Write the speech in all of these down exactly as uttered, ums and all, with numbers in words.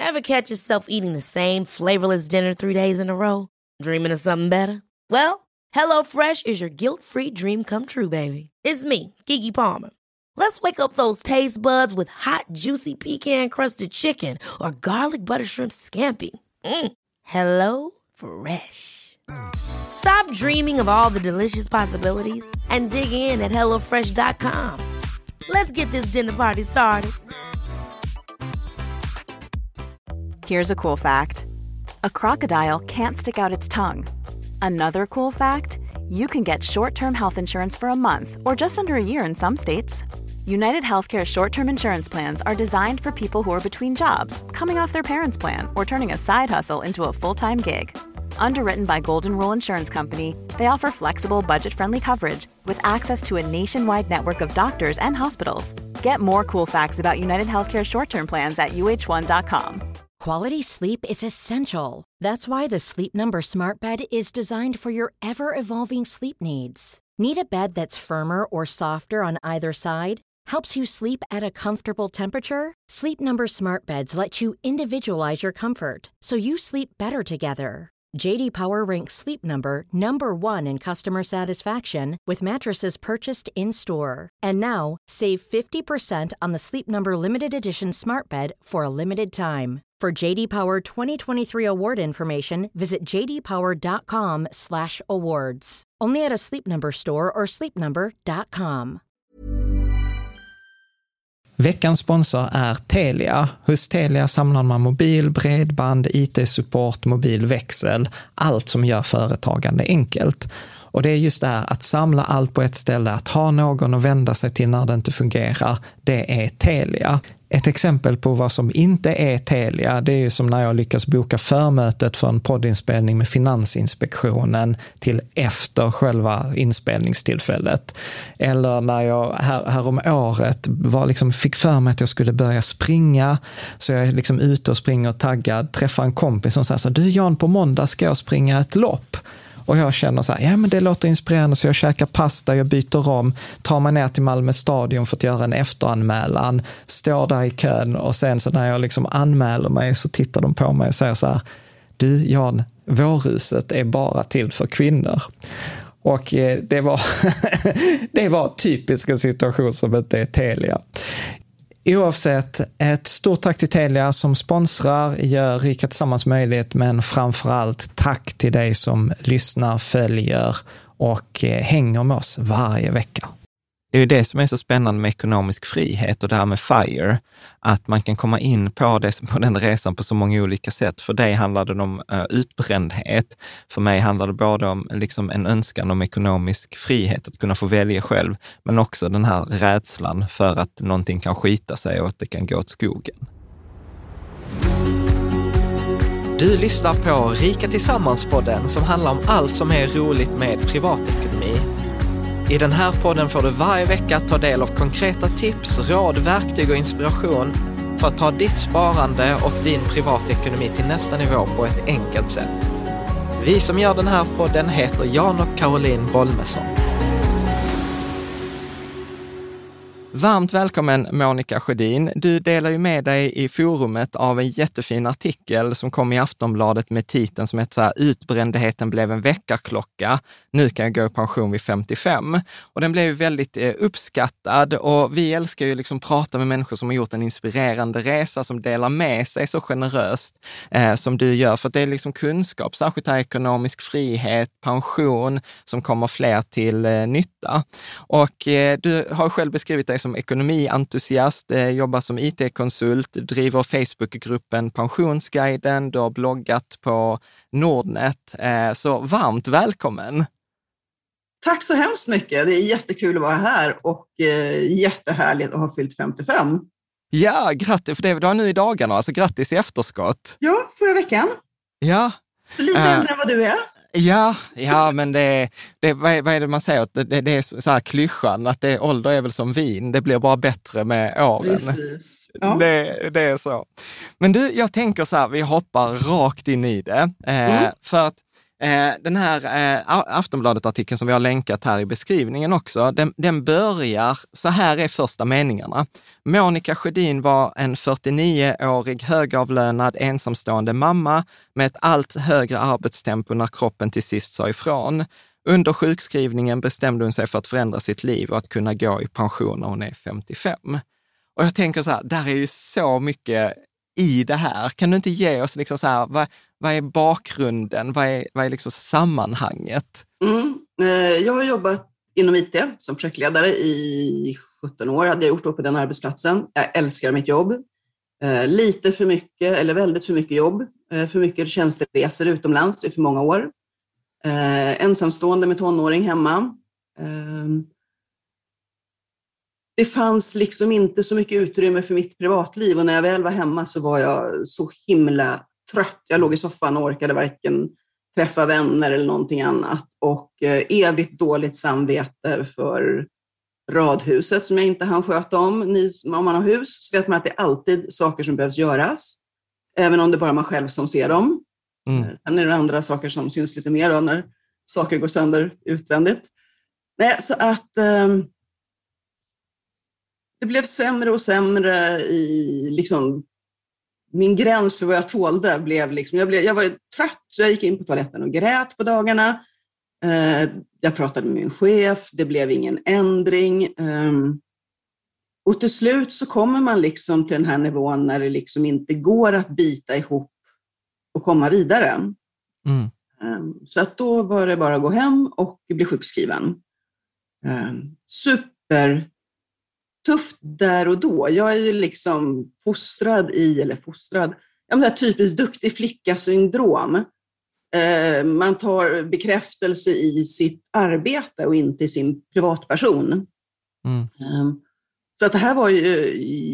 Ever catch yourself eating the same flavorless dinner three days in a row? Dreaming of something better? Well, HelloFresh is your guilt-free dream come true, baby. It's me, Keke Palmer. Let's wake up those taste buds with hot, juicy pecan-crusted chicken or garlic butter shrimp scampi. Mm. Hello Fresh. Stop dreaming of all the delicious possibilities and dig in at hello fresh dot com. Let's get this dinner party started. Here's a cool fact. A crocodile can't stick out its tongue. Another cool fact, you can get short-term health insurance for a month or just under a year in some states. United Healthcare short-term insurance plans are designed for people who are between jobs, coming off their parents' plan, or turning a side hustle into a full-time gig. Underwritten by Golden Rule Insurance Company, they offer flexible, budget-friendly coverage with access to a nationwide network of doctors and hospitals. Get more cool facts about United Healthcare short-term plans at U H one dot com. Quality sleep is essential. That's why the Sleep Number Smart Bed is designed for your ever-evolving sleep needs. Need a bed that's firmer or softer on either side? Helps you sleep at a comfortable temperature? Sleep Number Smart Beds let you individualize your comfort, so you sleep better together. J D Power ranks Sleep Number number one in customer satisfaction with mattresses purchased in-store. And now, save fifty percent on the Sleep Number Limited Edition Smart Bed for a limited time. For J D Power twenty twenty-three award information, visit j d power dot com slash awards. Only at a Sleep Number store or sleep number dot com. Veckans sponsor är Telia. Hos Telia samlar man mobil, bredband, I T-support, mobilväxel, allt som gör företagande enkelt. Och det är just det här att samla allt på ett ställe, att ha någon att vända sig till när det inte fungerar, det är Telia. Ett exempel på vad som inte är Telia, det är ju som när jag lyckas boka förmötet för en poddinspelning med Finansinspektionen till efter själva inspelningstillfället. Eller när jag här, här om året var liksom, fick för mig att jag skulle börja springa, så jag är liksom ute och springer och taggad, träffar en kompis som säger så här, du Jan, på måndag ska jag springa ett lopp. Och jag känner så här, ja men det låter inspirerande, så jag käkar pasta, jag byter om, tar mig ner till Malmö stadion för att göra en efteranmälan, står där i kön, och sen så när jag liksom anmäler mig så tittar de på mig och säger så här, du Jan, vårhuset är bara till för kvinnor. Och det var, det var typisk en situation som inte är Telia. Oavsett, ett stort tack till Telia som sponsrar, gör Rika Tillsammans möjligt, men framförallt tack till dig som lyssnar, följer och hänger med oss varje vecka. Det är ju det som är så spännande med ekonomisk frihet och det här med FIRE, att man kan komma in på, det, på den resan på så många olika sätt. För dig handlar det om uh, utbrändhet. För mig handlar det både om liksom, en önskan om ekonomisk frihet, att kunna få välja själv, men också den här rädslan för att någonting kan skita sig och att det kan gå åt skogen. Du lyssnar på Rika Tillsammans-podden som handlar om allt som är roligt med privatekonomi. I den här podden får du varje vecka ta del av konkreta tips, råd, verktyg och inspiration för att ta ditt sparande och din privatekonomi till nästa nivå på ett enkelt sätt. Vi som gör den här podden heter Jan och Caroline Bolmesson. Varmt välkommen Monica Sjödin. Du delar ju med dig i forumet av en jättefin artikel som kom i Aftonbladet med titeln som heter så här, utbrändheten blev en väckarklocka. Nu kan jag gå i pension vid femtiofem. Och den blev ju väldigt eh, uppskattad, och vi älskar ju liksom prata med människor som har gjort en inspirerande resa, som delar med sig så generöst eh, som du gör. För att det är liksom kunskap, särskilt här ekonomisk frihet, pension, som kommer fler till eh, nytta. Och eh, du har själv beskrivit dig som ekonomientusiast, eh, jobbar som I T-konsult, driver Facebookgruppen Pensionsguiden, du har bloggat på Nordnet. Eh, så varmt välkommen! Tack så hemskt mycket. Det är jättekul att vara här och eh, jättehärligt att ha fyllt femtiofem. Ja, grattis, för det var nu i dagarna, alltså grattis i efterskott. Ja, förra veckan. Ja. Så lite uh, äldre än vad du är. Ja, ja, men det, det vad, är, vad är det man säger? Det, det, det är så här klyschan, att det, ålder är väl som vin, det blir bara bättre med åren. Precis. Ja. Det, det är så. Men du, jag tänker så här, vi hoppar rakt in i det. Eh, mm. För att Eh, den här eh, Aftonbladet-artikeln som vi har länkat här i beskrivningen också, den, den börjar, så här är första meningarna. Monica Sjödin var en fyrtionioårig högavlönad ensamstående mamma med ett allt högre arbetstempo när kroppen till sist sa ifrån. Under sjukskrivningen bestämde hon sig för att förändra sitt liv och att kunna gå i pension när hon är femtiofem. Och jag tänker så här, där är ju så mycket i det här. Kan du inte ge oss liksom så här, vad, vad är bakgrunden? Vad är, vad är liksom sammanhanget? Mm. Jag har jobbat inom I T som projektledare i sjutton år. Hade jag gjort då på den arbetsplatsen. Jag älskar mitt jobb. Lite för mycket, eller väldigt för mycket jobb. För mycket tjänsteresor utomlands i för många år. Ensamstående med tonåring hemma. Det fanns liksom inte så mycket utrymme för mitt privatliv, och när jag väl var hemma så var jag så himla trött. Jag låg i soffan och orkade varken träffa vänner eller någonting annat, och eh, evigt dåligt samvete för radhuset som jag inte hann sköta om. Ni, om man har hus så vet man att det är alltid saker som behövs göras, även om det bara är man själv som ser dem. Mm. Sen är det andra saker som syns lite mer då, när saker går sönder utvändigt. Nej, så att eh, det blev sämre och sämre i liksom, min gräns för vad jag tålde blev liksom, jag, blev, jag var trött så jag gick in på toaletten och grät på dagarna. Eh, jag pratade med min chef, det blev ingen ändring. Eh, och till slut så kommer man liksom till den här nivån när det liksom inte går att bita ihop och komma vidare. Mm. Eh, så att då var det bara att gå hem och bli sjukskriven. Eh, super tufft där och då. Jag är ju liksom fostrad i, eller fostrad, ja, men det här typiskt duktig flicka-syndrom. Eh, man tar bekräftelse i sitt arbete och inte i sin privatperson. Mm. Eh, så att det här var ju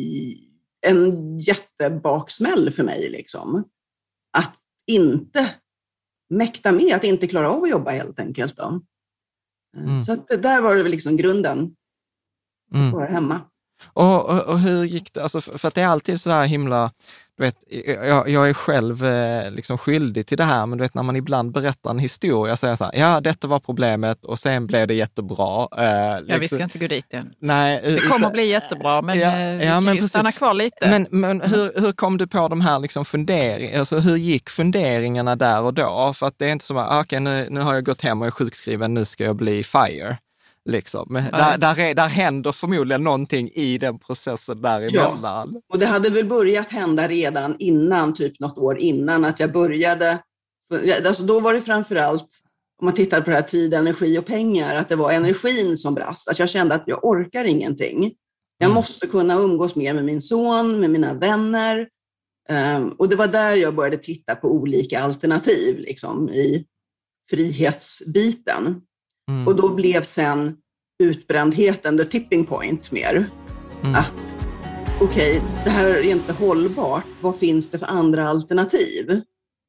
en jättebaksmäll för mig liksom. Att inte mäkta med, att inte klara av att jobba helt enkelt då. Eh, mm. Så att där var det väl liksom grunden. Mm. Vara hemma. Och, och, och hur gick det? Alltså för, för att det är alltid så där himla, du vet, jag, jag är själv eh, liksom skyldig till det här, men du vet när man ibland berättar en historia så är jag så här, ja detta var problemet och sen blev det jättebra. Eh, liksom. Ja, vi ska inte gå dit än. Nej, det kommer utan, att bli jättebra, men ja, eh, vi ja, kan men ju precis. stanna kvar lite. Men, men hur, hur kom du på de här liksom funderingarna, alltså hur gick funderingarna där och då? För att det är inte som att, okej okay, nu, nu har jag gått hem och är sjukskriven, nu ska jag bli FIRE. Liksom. Men ja. där, där, där händer förmodligen någonting i den processen däremellan. Ja. Och det hade väl börjat hända redan innan, typ något år innan, att jag började. För, alltså då var det framförallt, om man tittar på det här tid, energi och pengar, att det var energin som brast. Att jag kände att jag orkar ingenting. Jag mm. måste kunna umgås mer med min son, med mina vänner. Um, och det var där jag började titta på olika alternativ liksom, i frihetsbiten. Mm. Och då blev sen utbrändheten the tipping point mer. Mm. Att okej, okay, det här är inte hållbart. Vad finns det för andra alternativ?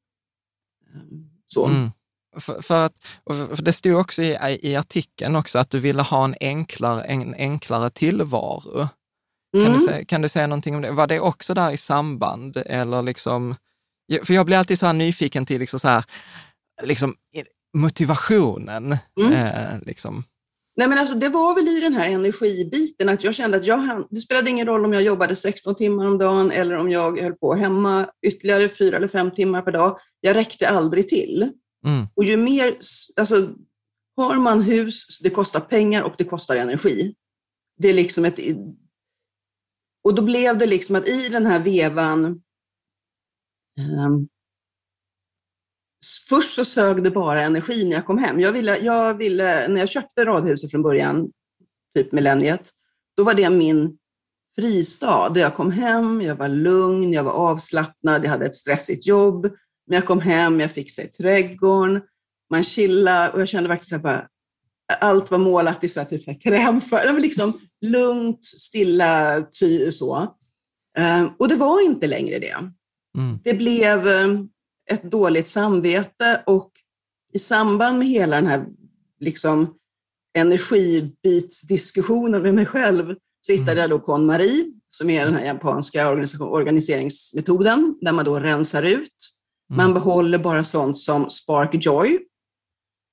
Så. Mm. För, för att för det stod också i, i artikeln också att du ville ha en enklare, en enklare tillvaro. Mm. Kan, du säga, kan du säga någonting om det? Var det också där i samband? Eller liksom, för jag blir alltid så här nyfiken till liksom så här, liksom motivationen. Mm. Eh, liksom. Nej, men alltså, det var väl i den här energibiten att jag kände att jag, det spelade ingen roll om jag jobbade sexton timmar om dagen eller om jag höll på hemma ytterligare fyra eller fem timmar per dag. Jag räckte aldrig till. Mm. Och ju mer, alltså, har man hus, det kostar pengar och det kostar energi. Det är liksom ett, och då blev det liksom att i den här vevan um, först så sög det bara energi när jag kom hem. Jag ville, jag ville, när jag köpte radhuset från början, typ millenniet, då var det min fristad. Jag kom hem, jag var lugn, jag var avslappnad, jag hade ett stressigt jobb. Men jag kom hem, jag fick sig trädgården, man chillade och jag kände verkligen så här bara, allt var målat i så här, typ så här krämfärg. Det var liksom lugnt, stilla, ty, så. Um, och det var inte längre det. Mm. Det blev um, ett dåligt samvete och i samband med hela den här liksom energibitsdiskussionen med mig själv så hittade mm. jag då KonMari, som är den här japanska organiseringsmetoden där man då rensar ut. Man behåller bara sånt som spark joy,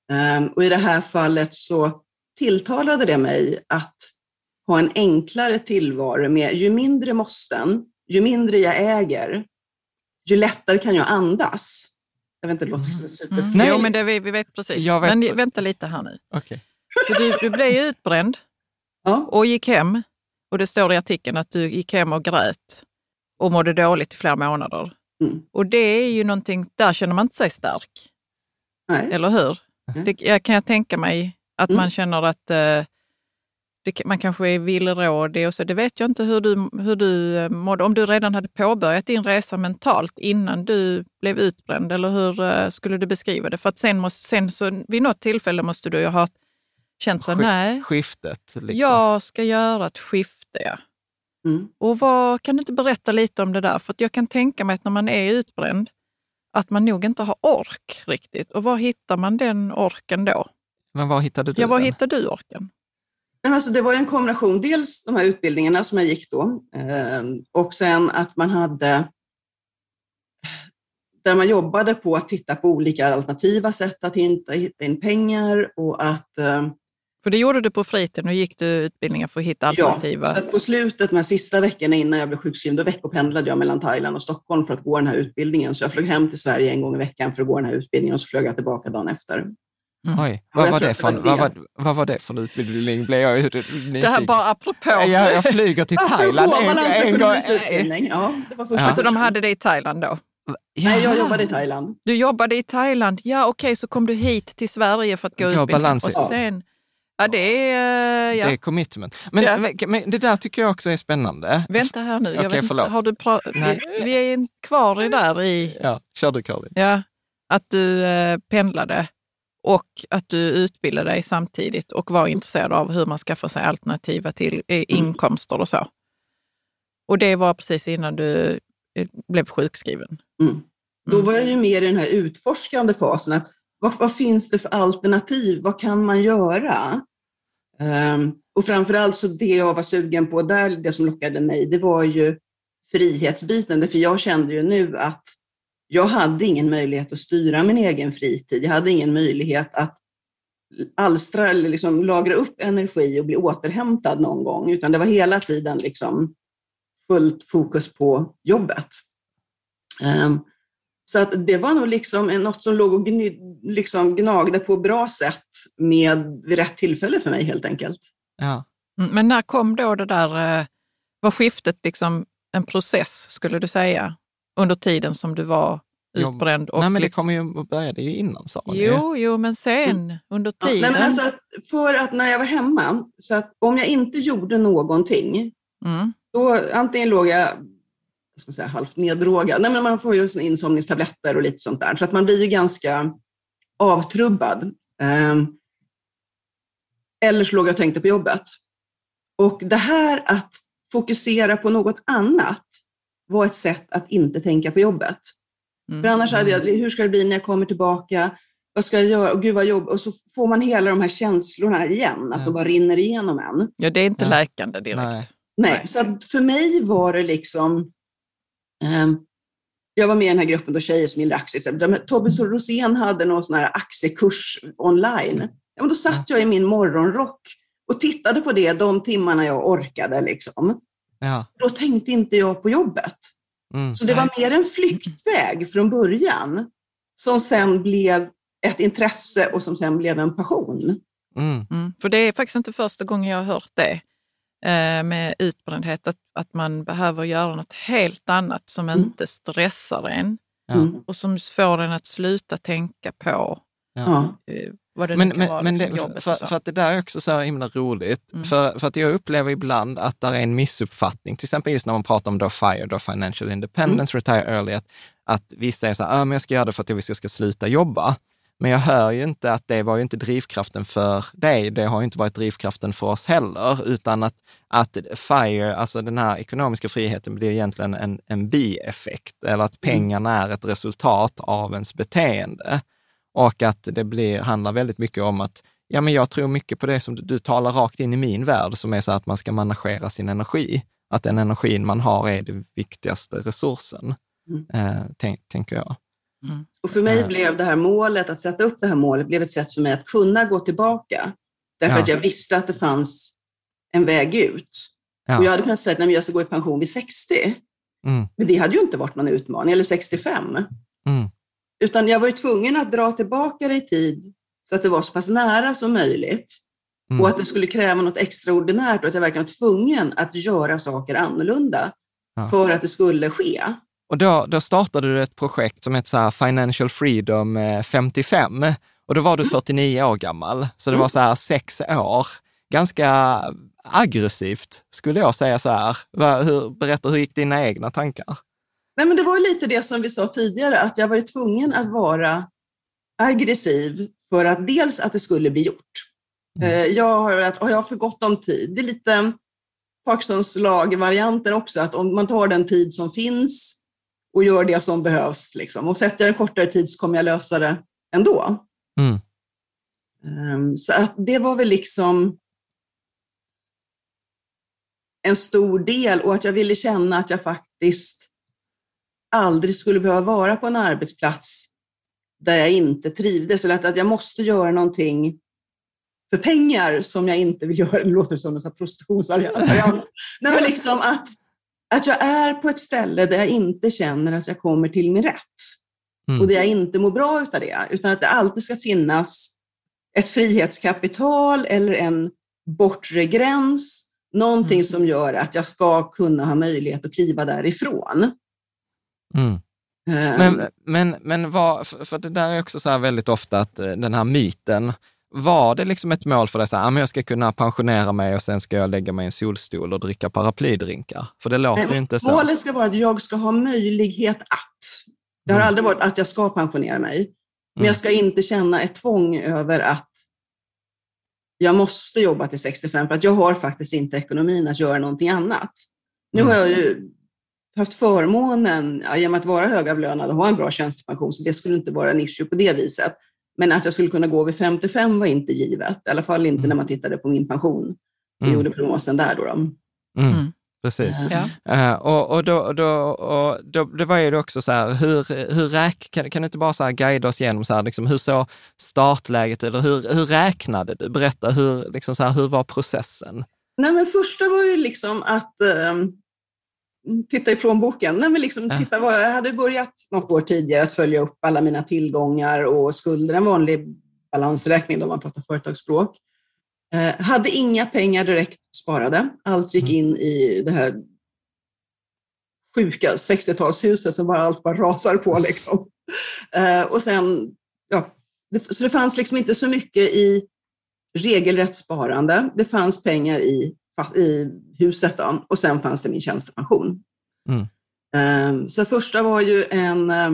Um, och i det här fallet så tilltalade det mig att ha en enklare tillvaro med ju mindre måsten, ju mindre jag äger, ju lättare kan jag andas. Jag vet inte, det låter så superfint. Mm. Jo, men det, vi, vi vet precis. Jag vet. Men vänta lite här nu. Okay. Så du, du blev ju utbränd ja. och gick hem. Och det står i artikeln att du gick hem och grät och mådde dåligt i flera månader. Mm. Och det är ju någonting, där känner man inte sig stark. Nej. Eller hur? Mm. Det jag kan jag tänka mig att Mm. man känner att eh, det, man kanske är villrådig och så. Det vet jag inte hur du, hur du mådde. Om du redan hade påbörjat din resa mentalt innan du blev utbränd, eller hur uh, skulle du beskriva det? För att sen, måste, sen så, vid något tillfälle måste du ju ha känt så, nej, skiftet. Liksom. Jag ska göra ett skifte, ja. Mm. Och vad, kan du inte berätta lite om det där? För att jag kan tänka mig att när man är utbränd, att man nog inte har ork riktigt. Och var hittar man den orken då? Men var hittade du Ja, var den? hittar du orken? Men alltså, det var en kombination, dels de här utbildningarna som jag gick då, eh, och sen att man hade, där man jobbade på att titta på olika alternativa sätt att hitta, hitta in pengar och att... Eh, För det gjorde du på fritiden och gick du utbildningar för att hitta alternativa... Ja, så att på slutet, de här sista veckorna innan jag blev sjukskriven, då veckopendlade jag mellan Thailand och Stockholm för att gå den här utbildningen. Så jag flög hem till Sverige en gång i veckan för att gå den här utbildningen och så flög jag tillbaka dagen efter. Mm. Oj, vad var, det det för, var vad, var, vad var det för utbildning? Blev jag nyfiken. Det här bara apropå. Jag, jag flyger till Thailand en, en gång. Ja, det var första. Ja. Så de hade det i Thailand då? Nej, jag jobbade i Thailand. Du jobbade i Thailand. Ja, okej, okay, så kom du hit till Sverige för att gå gå utbildning. Balans. Och sen... Ja, det är... Ja. Det är commitment. Men, ja. men det där tycker jag också är spännande. Vänta här nu. Jag Okej, vet förlåt. Inte, har du pra... vi, vi är kvar i där i... Ja, kör du, Caroline. Ja, att du eh, pendlade och att du utbildade dig samtidigt och var intresserad av hur man skaffar sig alternativa till eh, inkomster och så. Och det var precis innan du eh, blev sjukskriven. Mm. Då var jag ju mer i den här utforskande fasen. Att vad, vad finns det för alternativ? Vad kan man göra? Um, och framförallt så det jag var sugen på där, det som lockade mig, det var ju frihetsbiten. För jag kände ju nu att jag hade ingen möjlighet att styra min egen fritid. Jag hade ingen möjlighet att alstra eller liksom lagra upp energi och bli återhämtad någon gång. Utan det var hela tiden liksom fullt fokus på jobbet. Um, så att det var nog liksom något som låg och gny, liksom gnagde på bra sätt med vid rätt tillfälle för mig helt enkelt. Ja. Men när kom då det där, var skiftet liksom en process skulle du säga under tiden som du var utbränd? Och nej, men det liksom... kommer ju, började ju innan, sa ni. Jo, jo, men sen mm. under tiden. Ja, nej, men alltså att för att när jag var hemma, så att om jag inte gjorde någonting, mm. då antingen låg jag, ska man säga, halvt neddrogad. Nej, men man får ju insomningstabletter och lite sånt där. Så att man blir ju ganska avtrubbad. Um, eller så låg jag och tänkte på jobbet. Och det här att fokusera på något annat var ett sätt att inte tänka på jobbet. Mm. För annars hade jag, hur ska det bli när jag kommer tillbaka? Vad ska jag göra? Och gud vad jobb. Och så får man hela de här känslorna igen. Att ja. de bara rinner igenom en. Ja, det är inte ja. läkande direkt. Nej. Nej, Nej. Så att för mig var det liksom... Um, jag var med i den här gruppen då tjejer som gillade aktier. Tobbe Rosén hade någon sån här aktiekurs online. Ja, men då satt jag i min morgonrock och tittade på det de timmarna jag orkade. Liksom. Ja. Då tänkte inte jag på jobbet. Mm. Så det var mer en flyktväg från början som sen blev ett intresse och som sen blev en passion. Mm. Mm. För det är faktiskt inte första gången jag har hört det eh, med utbrändhet, att, att man behöver göra något helt annat som mm. inte stressar en mm. och som får en att sluta tänka på ja. eh, vad det men, kan men, vara. Men liksom det, jobbet för, för att det där är också så himla roligt. Mm. För, för att jag upplever ibland att det är en missuppfattning. Till exempel just när man pratar om då FIRE, då Financial Independence, mm. Retire Early, att, att vissa säger så här, ah, men jag ska göra det för att jag ska, ska sluta jobba. Men jag hör ju inte att det var ju inte drivkraften för dig. Det har ju inte varit drivkraften för oss heller. Utan att, att FIRE, alltså den här ekonomiska friheten, blir egentligen en, en bieffekt. Eller att pengarna är ett resultat av ens beteende. Och att det blir, handlar väldigt mycket om att, ja men jag tror mycket på det som du, du talar rakt in i min värld, som är så att man ska managera sin energi. Att den energin man har är den viktigaste resursen, mm. eh, tänk, tänker jag. Mm. Och för mig Ja. blev det här målet, att sätta upp det här målet, blev ett sätt för mig att kunna gå tillbaka. Därför Ja. att jag visste att det fanns en väg ut. Ja. Och jag hade kunnat säga att jag ska gå i pension vid sextio. Mm. Men det hade ju inte varit någon utmaning, eller sextiofem. Mm. Utan jag var ju tvungen att dra tillbaka det i tid så att det var så pass nära som möjligt. Mm. Och att det skulle kräva något extraordinärt och att jag verkligen var tvungen att göra saker annorlunda Ja. för att det skulle ske. Och då, då startade du ett projekt som heter så här Financial Freedom femtiofem. Och då var du fyrtionio år gammal. Så det var så här sex år. Ganska aggressivt skulle jag säga så här. Va, hur, berätta, hur gick dina egna tankar? Nej, men det var lite det som vi sa tidigare, att jag var ju tvungen att vara aggressiv för att dels att det skulle bli gjort. Mm. Jag har, att, har jag för gott om tid? Det är lite Parkinsons lag-varianten också, att om man tar den tid som finns och gör det som behövs, liksom, och sätter en kortare tid så kommer jag lösa det ändå. Mm. Um, så att det var väl liksom en stor del, och att jag ville känna att jag faktiskt aldrig skulle behöva vara på en arbetsplats där jag inte trivdes, eller att, att jag måste göra någonting för pengar som jag inte vill göra. Det låter som en sån här prostitutionsvariant. Nej, men liksom att, att jag är på ett ställe där jag inte känner att jag kommer till min rätt. Mm. Och där jag inte mår bra utav det. Utan att det alltid ska finnas ett frihetskapital eller en bortre gräns. Någonting mm. som gör att jag ska kunna ha möjlighet att kliva därifrån. Mm. Men, men, men vad, för det där är också så här väldigt ofta att den här myten, var det liksom ett mål för dig så här, jag ska kunna pensionera mig och sen ska jag lägga mig i en solstol och dricka paraplydrinkar? För det låter ju inte så. Målet ska vara att jag ska ha möjlighet att. Det har mm. aldrig varit att jag ska pensionera mig. Men mm. jag ska inte känna ett tvång över att jag måste jobba till sextiofem, för att jag har faktiskt inte ekonomin att göra någonting annat. Nu mm. har jag ju haft förmånen, ja, genom att vara högavlönad och ha en bra tjänstepension, så det skulle inte vara en issue på det viset. Men att jag skulle kunna gå vid femtiofem var inte givet. I alla fall inte mm. när man tittade på min pension. Jag mm. gjorde prognosen där då. då. Mm. Mm. Precis. Ja. Uh, och och, då, då, och då, det var ju också så här, hur, hur räk, kan, kan du inte bara så här guida oss igenom så här, liksom, hur så startläget, eller hur, hur räknade du? Berätta, hur, liksom så här, hur var processen? Nej, men första var ju liksom att uh, titta i plånboken. Nej, men liksom, ja. titta vad, jag hade börjat något år tidigare att följa upp alla mina tillgångar och skulder, en vanlig balansräkning då man pratar företagsspråk. Eh, hade inga pengar direkt sparade. Allt gick in i det här sjuka sextiotalshuset som bara allt bara rasar på. Liksom. Eh, och sen, ja, det, så det fanns liksom inte så mycket i regelrätt sparande. Det fanns pengar i, i huset då, och sen fanns det min tjänstepension. Mm. Eh, så första var ju en eh,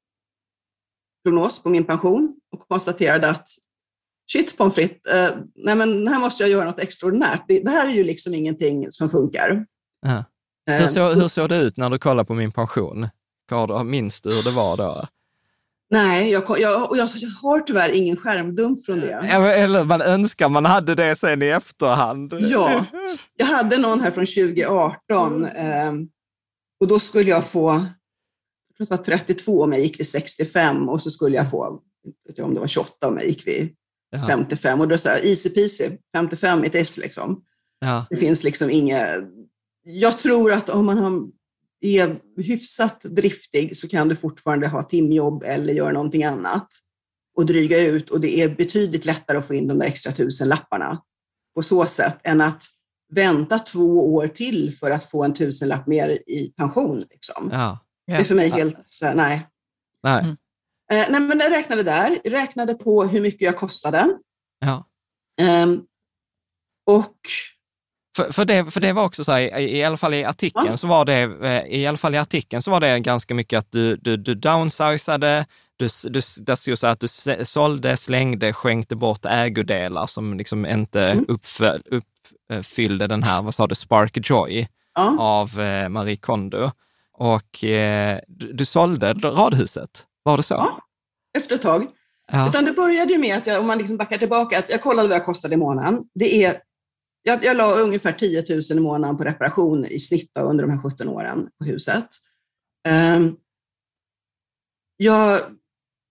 prognos på min pension och konstaterade att shit, pommes frites, uh, nej men här måste jag göra något extraordinärt. Det, det här är ju liksom ingenting som funkar. Uh. Uh, hur, så, hur såg det ut när du kollade på min pension? Minns du hur det var då? Nej, jag, jag, och jag, jag har tyvärr ingen skärmdump från det. Eller man önskar man hade det sen i efterhand. Ja, jag hade någon här från tjugo arton um, och då skulle jag få, jag tror det var trettiotvå om jag gick vid sextiofem, och så skulle jag få, vet jag om det var tjugoåtta om jag gick vid ja. femtiofem, och då är det så här, easy peasy, femtiofem it is liksom. Ja. Det finns liksom inga, jag tror att om man har, är hyfsat driftig så kan du fortfarande ha timjobb eller göra någonting annat och dryga ut, och det är betydligt lättare att få in de där extra tusen lapparna på så sätt än att vänta två år till för att få en tusenlapp mer i pension liksom. Ja. Ja. Det är för mig helt, så här, nej. Nej. Mm. Eh, nej, men jag räknade där. Jag räknade på hur mycket jag kostade. Ja. Um, och... För, för, det, för det var också så här, i, i alla fall i artikeln ja. så var det, i alla fall i artikeln så var det ganska mycket att du, du, du downsizade, du, du, det stod så att du sålde, slängde, skänkte bort ägodelar som liksom inte mm. uppfyll, uppfyllde den här, vad sa du, Spark Joy ja. av eh, Marie Kondo. Och eh, du, du sålde radhuset. Var det så? Ja, efter ett tag. Ja. Utan det började ju med att jag, om man liksom backar tillbaka, att jag kollade vad jag kostade i månaden. Det är, jag, jag la ungefär tio tusen i månaden på reparation i snitt under de här sjutton åren på huset. Um, jag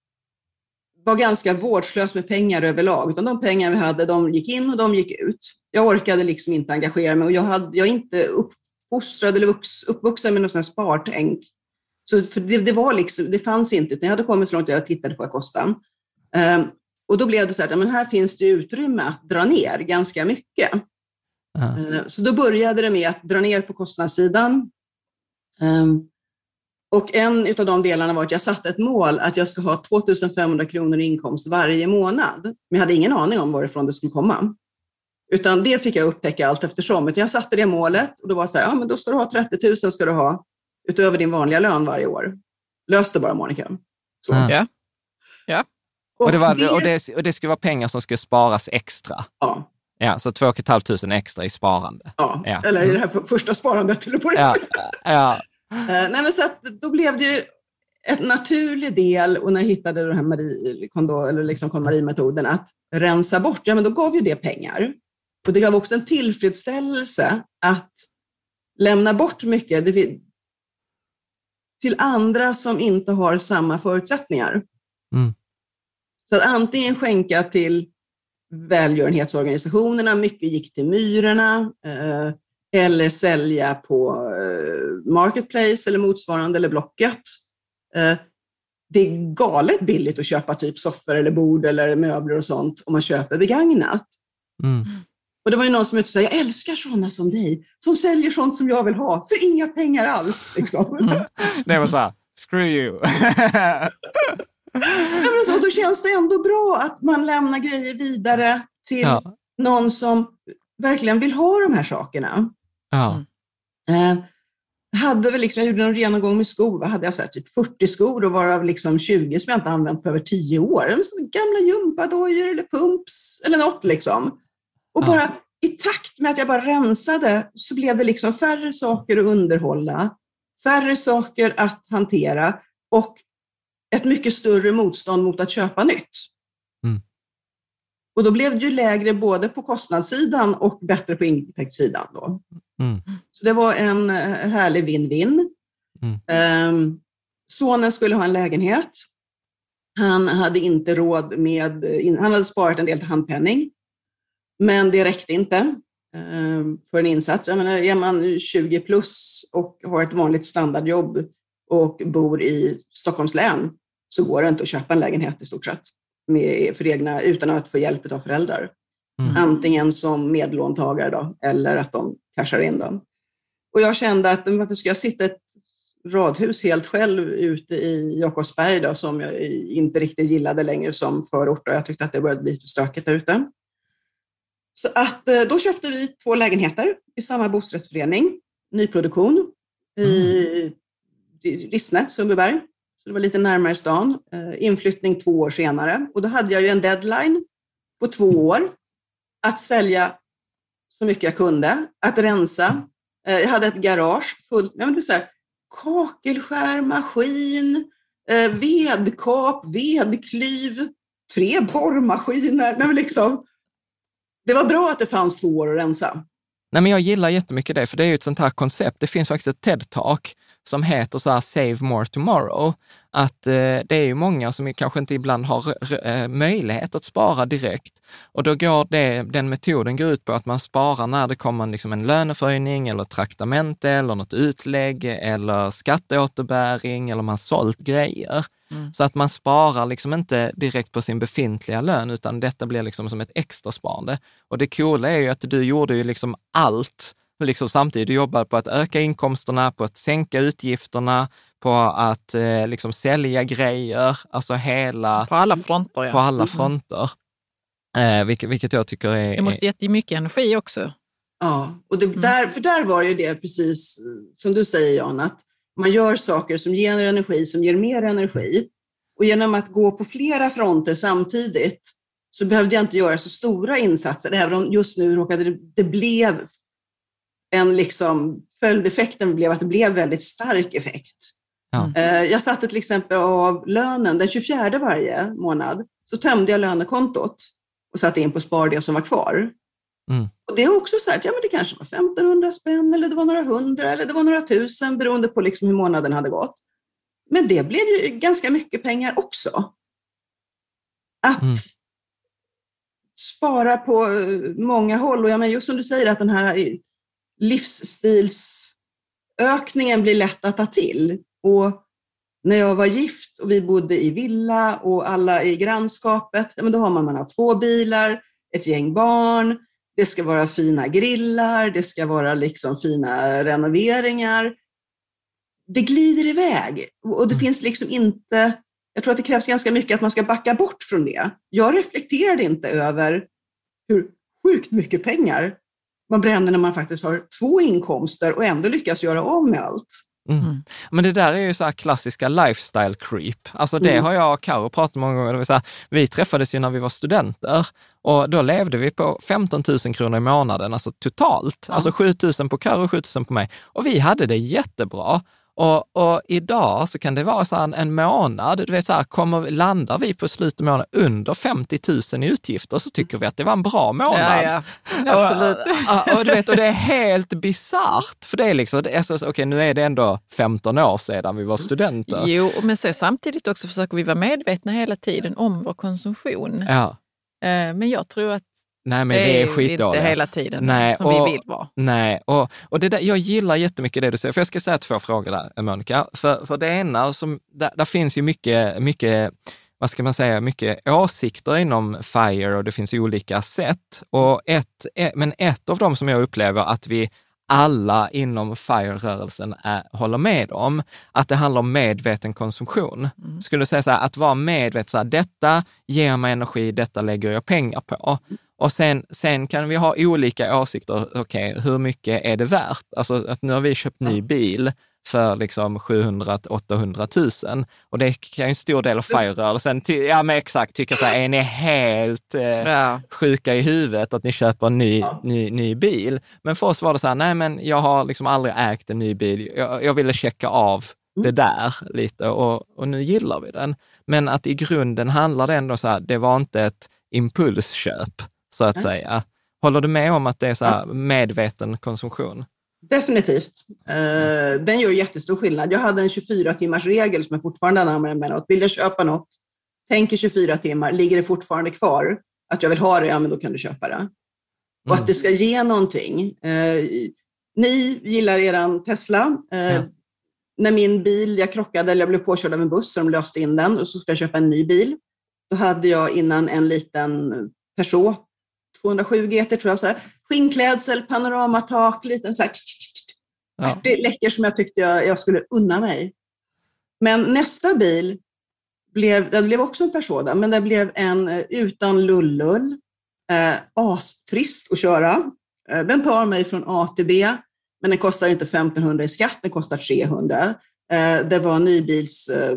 var ganska vårdslös med pengar överlag. Utan de pengar vi hade, de gick in och de gick ut. Jag orkade liksom inte engagera mig och jag hade jag inte uppfostrad eller vux, uppvuxen med något sånt här spartänk. Så för det, det var liksom, det fanns inte, utan jag hade kommit så långt att jag tittade på kostan. Um, och då blev det så att ja, men här finns det utrymme att dra ner ganska mycket. Uh-huh. Uh, så då började det med att dra ner på kostnadssidan. Um, och en av de delarna var att jag satte ett mål att jag ska ha tvåtusen femhundra kronor i inkomst varje månad. Men jag hade ingen aning om varifrån det skulle komma. Utan det fick jag upptäcka allt eftersom. Jag satte det målet och då var så här, ja men då ska du ha trettio tusen ska du ha utöver din vanliga lön varje år. Lös det bara, Monica. Så. Ja. Ja. Och, och, det var, det... Och, det, och det skulle vara pengar som skulle sparas extra. Ja. Ja, så två och ett halvt tusen extra i sparande. Ja, ja. Eller i det här för, första sparandet. Eller på det. Ja, ja. uh, nej, men så att då blev det ju en naturlig del, och när jag hittade den här Marie, kondo, eller liksom KonMari-metoden, att rensa bort, ja men då gav ju det pengar. Och det gav också en tillfredsställelse att lämna bort mycket det, till andra som inte har samma förutsättningar. Mm. Så att antingen skänka till välgörenhetsorganisationerna, mycket gick till Myrorna, eh, eller sälja på eh, Marketplace eller motsvarande, eller Blocket. Eh, det är galet billigt att köpa typ soffor eller bord eller möbler och sånt om man köper begagnat. Mm. Och det var ju någon som ut och sa, jag älskar sådana som dig, som säljer sånt som jag vill ha, för inga pengar alls. Liksom. Mm. Det var så här, screw you. Men så, då känns det ändå bra att man lämnar grejer vidare till ja. någon som verkligen vill ha de här sakerna. Ja. Eh, hade väl liksom, jag gjorde en genomgång med skor, vad hade jag sagt, typ fyrtio skor och varav liksom tjugo som jag inte använt på över tio år. Gamla jumpadojor eller pumps eller något liksom. Och bara ja. i takt med att jag bara rensade så blev det liksom färre saker att underhålla, färre saker att hantera och ett mycket större motstånd mot att köpa nytt. Mm. Och då blev det ju lägre både på kostnadssidan och bättre på intäktssidan då. Mm. Så det var en härlig win-win. Mm. Um, sonen skulle ha en lägenhet. Han hade inte råd med, han hade sparat en del till handpenning. Men det räckte inte um, för en insats. Jag menar, är man tjugo plus och har ett vanligt standardjobb och bor i Stockholms län så går det inte att köpa en lägenhet i stort sett med, för egna, utan att få hjälp av föräldrar. Mm. Antingen som medlåntagare då, eller att de cashar in dem. Och jag kände att varför ska jag sitta i ett radhus helt själv ute i Jakobsberg då, som jag inte riktigt gillade längre som förort, och jag tyckte att det började bli för stökigt där ute. Så att då köpte vi två lägenheter i samma bostadsrättsförening, nyproduktion i mm. Rissne, Sundbyberg. Så det var lite närmare stan. Inflyttning två år senare. Och då hade jag ju en deadline på två år att sälja så mycket jag kunde, att rensa. Jag hade ett garage fullt med det så här, kakelskär, maskin, vedkap, vedklyv, tre borrmaskiner. Men liksom, det var bra att det fanns två år att rensa. Nej, men jag gillar jättemycket det, för det är ju ett sånt här koncept. Det finns faktiskt ett TED-talk som heter så här Save More Tomorrow. Att eh, det är ju många som kanske inte ibland har eh, möjlighet att spara direkt. Och då går det, den metoden går ut på att man sparar när det kommer en, liksom en löneförhöjning eller traktamente eller något utlägg eller skatteåterbäring eller man sålt grejer. Mm. Så att man sparar liksom inte direkt på sin befintliga lön, utan detta blir liksom som ett extra sparande. Och det coola är ju att du gjorde ju liksom allt liksom samtidigt. Du jobbade på att öka inkomsterna, på att sänka utgifterna, på att eh, liksom sälja grejer, alltså hela... På alla fronter, ja. På alla fronter. Eh, vilket, vilket jag tycker är... Det måste ge mycket energi också. Ja, och det, där, för där var ju det precis som du säger, Jan, att man gör saker som ger energi, som ger mer energi. Och genom att gå på flera fronter samtidigt så behövde jag inte göra så stora insatser. Även om just nu råkade det, det blev en liksom, följdeffekten blev att det blev väldigt stark effekt. Ja. Jag satte till exempel av lönen den tjugofjärde varje månad, så tömde jag lönekontot och satte in på spar det som var kvar. Mm. Och det är också så att ja, men det kanske var femtonhundra spänn eller det var några hundra eller det var några tusen beroende på liksom hur månaden hade gått. Men det blev ju ganska mycket pengar också. Att mm. spara på många håll. Och jag menar, just som du säger, att den här livsstilsökningen blir lätt att ta till. Och när jag var gift och vi bodde i villa och alla i grannskapet, men då har man, man har två bilar, ett gäng barn, det ska vara fina grillar, det ska vara liksom fina renoveringar. Det glider iväg och det mm. finns liksom inte, jag tror att det krävs ganska mycket att man ska backa bort från det. Jag reflekterade inte över hur sjukt mycket pengar man bränner när man faktiskt har två inkomster och ändå lyckas göra om med allt. Mm. Men det där är ju så här klassiska lifestyle creep. Alltså det mm. har jag och Karo pratat många gånger. Det vill säga, vi träffades ju när vi var studenter och då levde vi på femton tusen kronor i månaden, alltså totalt. Ja. Alltså sju tusen på Karo och sju tusen på mig. Och vi hade det jättebra. Och, och idag så kan det vara så här en, en månad, du vet så här, kommer, landar vi på slutet av månaden under femtio tusen i utgifter så tycker vi att det var en bra månad. Ja, ja. Absolut. Och, och, och, du vet, och det är helt bizarrt, för det är liksom, det är så, okej, nu är det ändå femton år sedan vi var studenter. Jo, men så samtidigt också försöker vi vara medvetna hela tiden om vår konsumtion. Ja. Men jag tror att Nej, men det är, är inte hela tiden nej, som och, vi vill vara. Nej, och, och det där, jag gillar jättemycket det du säger. För jag ska säga två frågor där, Monica. För, för det ena, som, där, där finns ju mycket, mycket, vad ska man säga, mycket åsikter inom FIRE och det finns ju olika sätt. Och ett, men ett av dem som jag upplever att vi alla inom FIRE-rörelsen är, håller med om, att det handlar om medveten konsumtion. Mm. Skulle säga så här, att vara medveten, så här, detta ger mig energi, detta lägger jag pengar på. Och sen, sen kan vi ha olika åsikter, okej, okay, hur mycket är det värt? Alltså att nu har vi köpt ny bil för liksom sjuhundra till åttahundra tusen och det kan ju en stor del av FIRE-rörelsen, ja men exakt, tycker så här, är ni helt eh, ja. sjuka i huvudet att ni köper en ny, ja. ny, ny bil? Men för oss var det så här, nej men jag har liksom aldrig ägt en ny bil, jag, jag ville checka av mm. det där lite och, och nu gillar vi den. Men att i grunden handlar det ändå så här, det var inte ett impulsköp så att mm. säga. Håller du med om att det är så här medveten konsumtion? Definitivt. Uh, den gör jättestor skillnad. Jag hade en tjugofyra timmars regel som jag fortfarande använder mig av. Vill jag köpa något, tänk i tjugofyra timmar, ligger det fortfarande kvar att jag vill ha det, ja men då kan du köpa det. Och mm. att det ska ge någonting. Uh, ni gillar eran Tesla. Uh, ja. När min bil, jag krockade eller jag blev påkörd av en buss så de löste in den och så ska jag köpa en ny bil. Då hade jag innan en liten Peugeot tvåhundrasju G T tror jag, så här, skinnklädsel, panoramatak, liten så här, ja. Det läcker som jag tyckte jag, jag skulle unna mig. Men nästa bil blev, det blev också en Peugeot, men det blev en utan lullull, eh, astrist att köra. Eh, den tar mig från A till B, men den kostar inte femtonhundra i skatt, den kostar trehundra. Eh, det var nybils... Eh,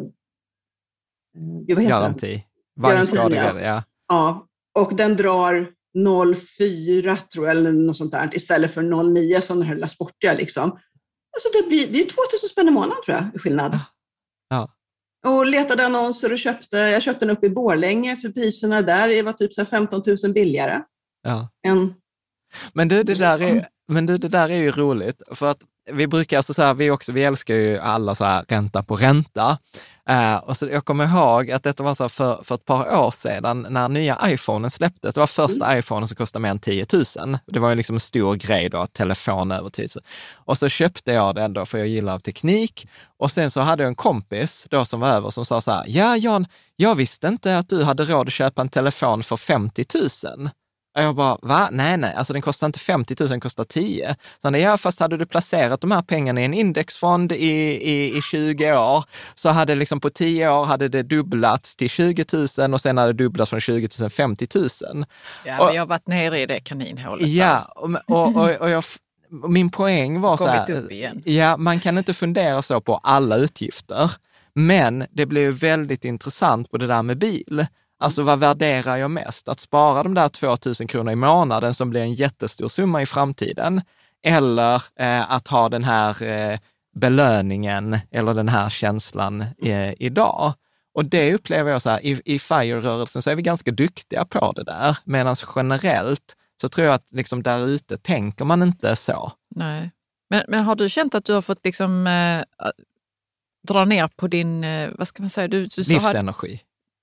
vad heter Garanti. Vagnskadegrädd, ja. Ja, och den drar noll komma fyra tror jag, eller något sånt där, istället för noll komma nio som den här sportiga liksom. Alltså det blir det är tvåtusen spänn i månaden tror jag, i skillnad. Ja. Och letade annonser och köpte, jag köpte den upp i Borlänge för priserna där var typ så här femton tusen billigare. Ja. Än... Men du, det där är men du, det där är ju roligt för att vi brukar alltså så här, vi också vi älskar ju alla så här ränta på ränta. Uh, och så jag kommer ihåg att detta var så för, för ett par år sedan när nya iPhonen släpptes. Det var första mm. iPhonen som kostade mer än tio tusen. Det var ju liksom en stor grej då, telefon över tio tusen. Och så köpte jag den då för jag gillar teknik. Och sen så hade jag en kompis då som var över som sa så här, ja Jan, jag visste inte att du hade råd att köpa en telefon för femtio tusen. Och jag bara, va? Nej, nej. Alltså den kostar inte femtio tusen, den kostar tio. Så han, ja, fast hade du placerat de här pengarna i en indexfond i, i, i tjugo år så hade liksom på tio år hade det dubblats till tjugo tusen och sen hade det dubblats från tjugo tusen till femtio tusen. Ja, och, men jag har varit nere i det kaninhålet. Ja, och, och, och, och jag... Min poäng var så här, ja, man kan inte fundera så på alla utgifter, men det blev väldigt intressant på det där med bil. Alltså vad värderar jag mest? Att spara de där tvåtusen kronor i månaden som blir en jättestor summa i framtiden eller eh, att ha den här eh, belöningen eller den här känslan eh, idag. Och det upplever jag så här, i, i FIRE-rörelsen så är vi ganska duktiga på det där, medan generellt så tror jag att liksom där ute tänker man inte så. Nej, men, men har du känt att du har fått liksom äh, dra ner på din, äh, vad ska man säga? Du, du livsenergi.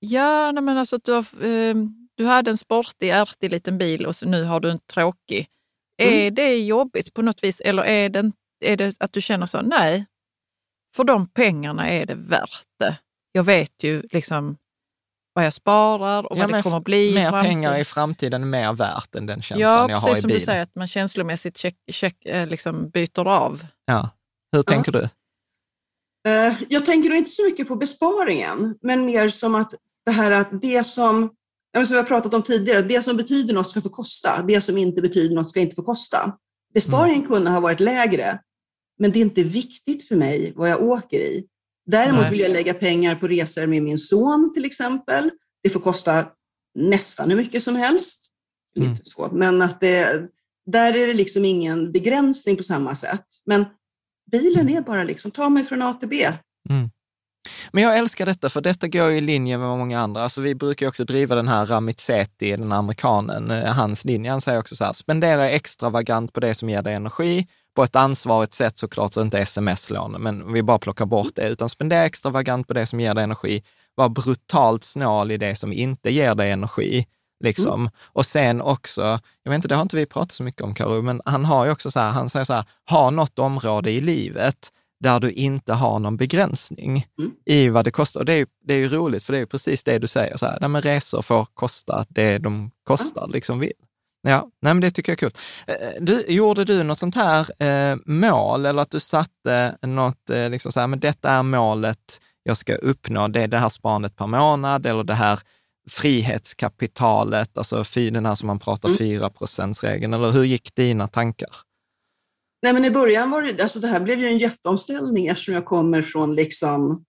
Ja, nej, men alltså att du, har, eh, du hade en sportig, ärtig liten bil och så nu har du en tråkig. Mm. Är det jobbigt på något vis eller är det, är det att du känner så, nej, för de pengarna är det värt det. Jag vet ju liksom vad jag sparar och ja, vad det kommer att bli mer i framtiden. Pengar i framtiden är mer värt än den känslan ja, jag har i bil. Ja, precis som du säger, att man känslomässigt check, check, liksom byter av. Ja, hur tänker ja. du? Uh, jag tänker nog inte så mycket på besparingen, men mer som att det här att det som, som vi har pratat om tidigare, det som betyder något ska få kosta, det som inte betyder något ska inte få kosta. Besparingen mm. kunde ha varit lägre, men det är inte viktigt för mig vad jag åker i. Däremot Nej. vill jag lägga pengar på resor med min son till exempel. Det får kosta nästan hur mycket som helst. Mm. Lite svårt, men att det, där är det liksom ingen begränsning på samma sätt. Men bilen är bara liksom, ta mig från A till B. Mm. Men jag älskar detta, för detta går i linje med många andra. Alltså vi brukar också driva den här Ramit Sethi, den amerikanen, hans linje. Han säger också så här, spendera extravagant på det som ger dig energi. På ett ansvarigt sätt såklart, så inte sms-lån, men vi bara plockar bort det. Utan spendera extravagant på det som ger dig energi. Var brutalt snål i det som inte ger dig energi. Liksom. Mm. Och sen också, jag vet inte, det har inte vi pratat så mycket om, Karo, men han har ju också så här, han säger så här, ha något område i livet där du inte har någon begränsning mm. i vad det kostar. Och det är, det är ju roligt, för det är ju precis det du säger. Så här, nej, men resor får kosta det de kostar, mm. liksom vill. Ja, nej, men det tycker jag är kul. Du, gjorde du något sånt här eh, mål, eller att du satte något, eh, liksom så här, men detta är målet jag ska uppnå, det är det här sparandet per månad, eller det här frihetskapitalet, alltså den här som man pratar mm. fyra procent-regeln, eller hur gick dina tankar? Nej, men i början var det, alltså det här blev ju en jätteomställning eftersom jag kommer från liksom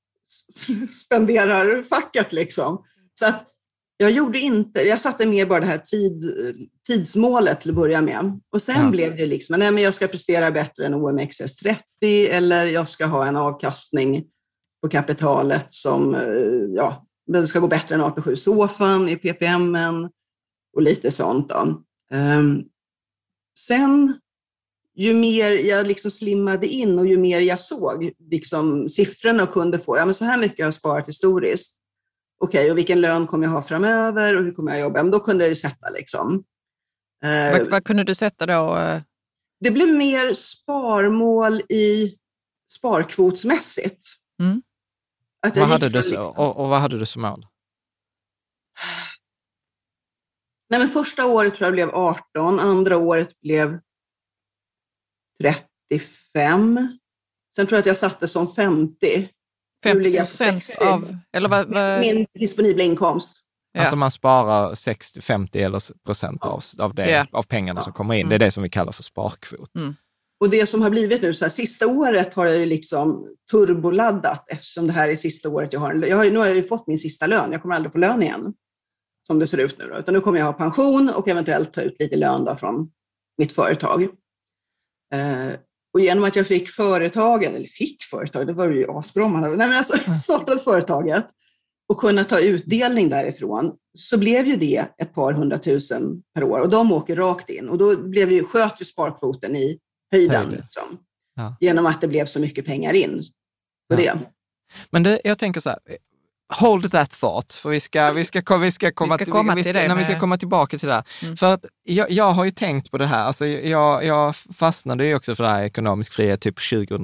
spenderarfacket liksom. Så att jag gjorde inte, jag satte mer bara det här tid, tidsmålet till att börja med. Och sen ja. blev det liksom, nej men jag ska prestera bättre än O M X S trettio, eller jag ska ha en avkastning på kapitalet som, ja, det ska gå bättre än A P sju-soffan i P P M-en och lite sånt då. Um, sen, ju mer jag liksom slimmade in och ju mer jag såg liksom siffrorna och kunde få, ja men så här mycket jag har sparat historiskt. Okej, okay, och vilken lön kommer jag ha framöver och hur kommer jag jobba? Men då kunde jag ju sätta liksom. Uh, vad, vad kunde du sätta då? Det blev mer sparmål i sparkvotsmässigt. Mm. Att vad hade du, liksom, och, och vad hade du som mål? Nej, men första året tror jag blev arton, andra året blev trettiofem. Sen tror jag att jag satte som femtio. femtio procent av, eller vad, vad? Min disponibla inkomst. Ja. Alltså man sparar sextio, femtio eller procent av, av, det, yeah. av pengarna ja. som kommer in. Mm. Det är det som vi kallar för sparkvot. Mm. Och det som har blivit nu, så här, sista året har jag ju liksom turboladdat eftersom det här är sista året jag har. Jag har nu har jag ju fått min sista lön. Jag kommer aldrig få lön igen som det ser ut nu då. Utan nu kommer jag ha pension och eventuellt ta ut lite lön då från mitt företag. Eh, och genom att jag fick företagen, eller fick företag, det var ju asbra man hade, nej men alltså startat företaget och kunna ta utdelning därifrån, så blev ju det ett par hundratusen per år och de åker rakt in. Och då blev ju, sköt ju sparkvoten i höjden liksom, ja. genom att det blev så mycket pengar in på ja. det. Men det, jag tänker så här, hold that thought, för vi ska, vi ska, vi ska, komma, vi ska komma till, till det. När vi ska komma tillbaka till det här. Mm. För att jag, jag har ju tänkt på det här, alltså jag, jag fastnade ju också för det här ekonomisk frihet typ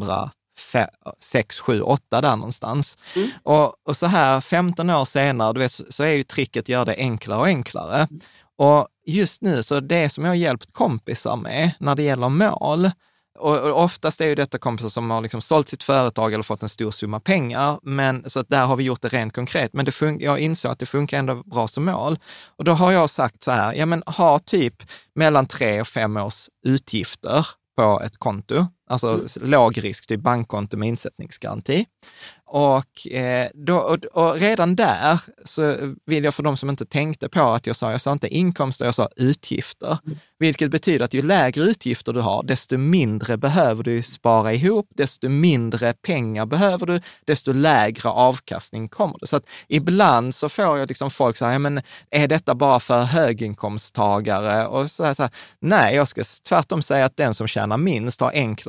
tjugohundrasex, sju, åtta där någonstans. Mm. Och, och så här femton år senare, du vet, så är ju tricket att göra det enklare och enklare. Mm. Och just nu så det som jag har hjälpt kompisar med när det gäller mål, och, och oftast är ju detta kompisar som har liksom sålt sitt företag eller fått en stor summa pengar, men så att där har vi gjort det rent konkret. Men det fun- jag insåg att det funkar ändå bra som mål. Och då har jag sagt så här, ja men ha typ mellan tre och fem års utgifter på ett konto. Alltså mm. låg risk, typ bankkonto med insättningsgaranti. Och, eh, då, och, och redan där så vill jag, för de som inte tänkte på att jag sa, jag sa inte inkomster, jag sa utgifter. Mm. Vilket betyder att ju lägre utgifter du har, desto mindre behöver du spara ihop, desto mindre pengar behöver du, desto lägre avkastning kommer det. Så att ibland så får jag liksom folk säga, ja, men är detta bara för höginkomsttagare? Och så här, så här, nej, jag ska tvärtom säga att den som tjänar minst har enkla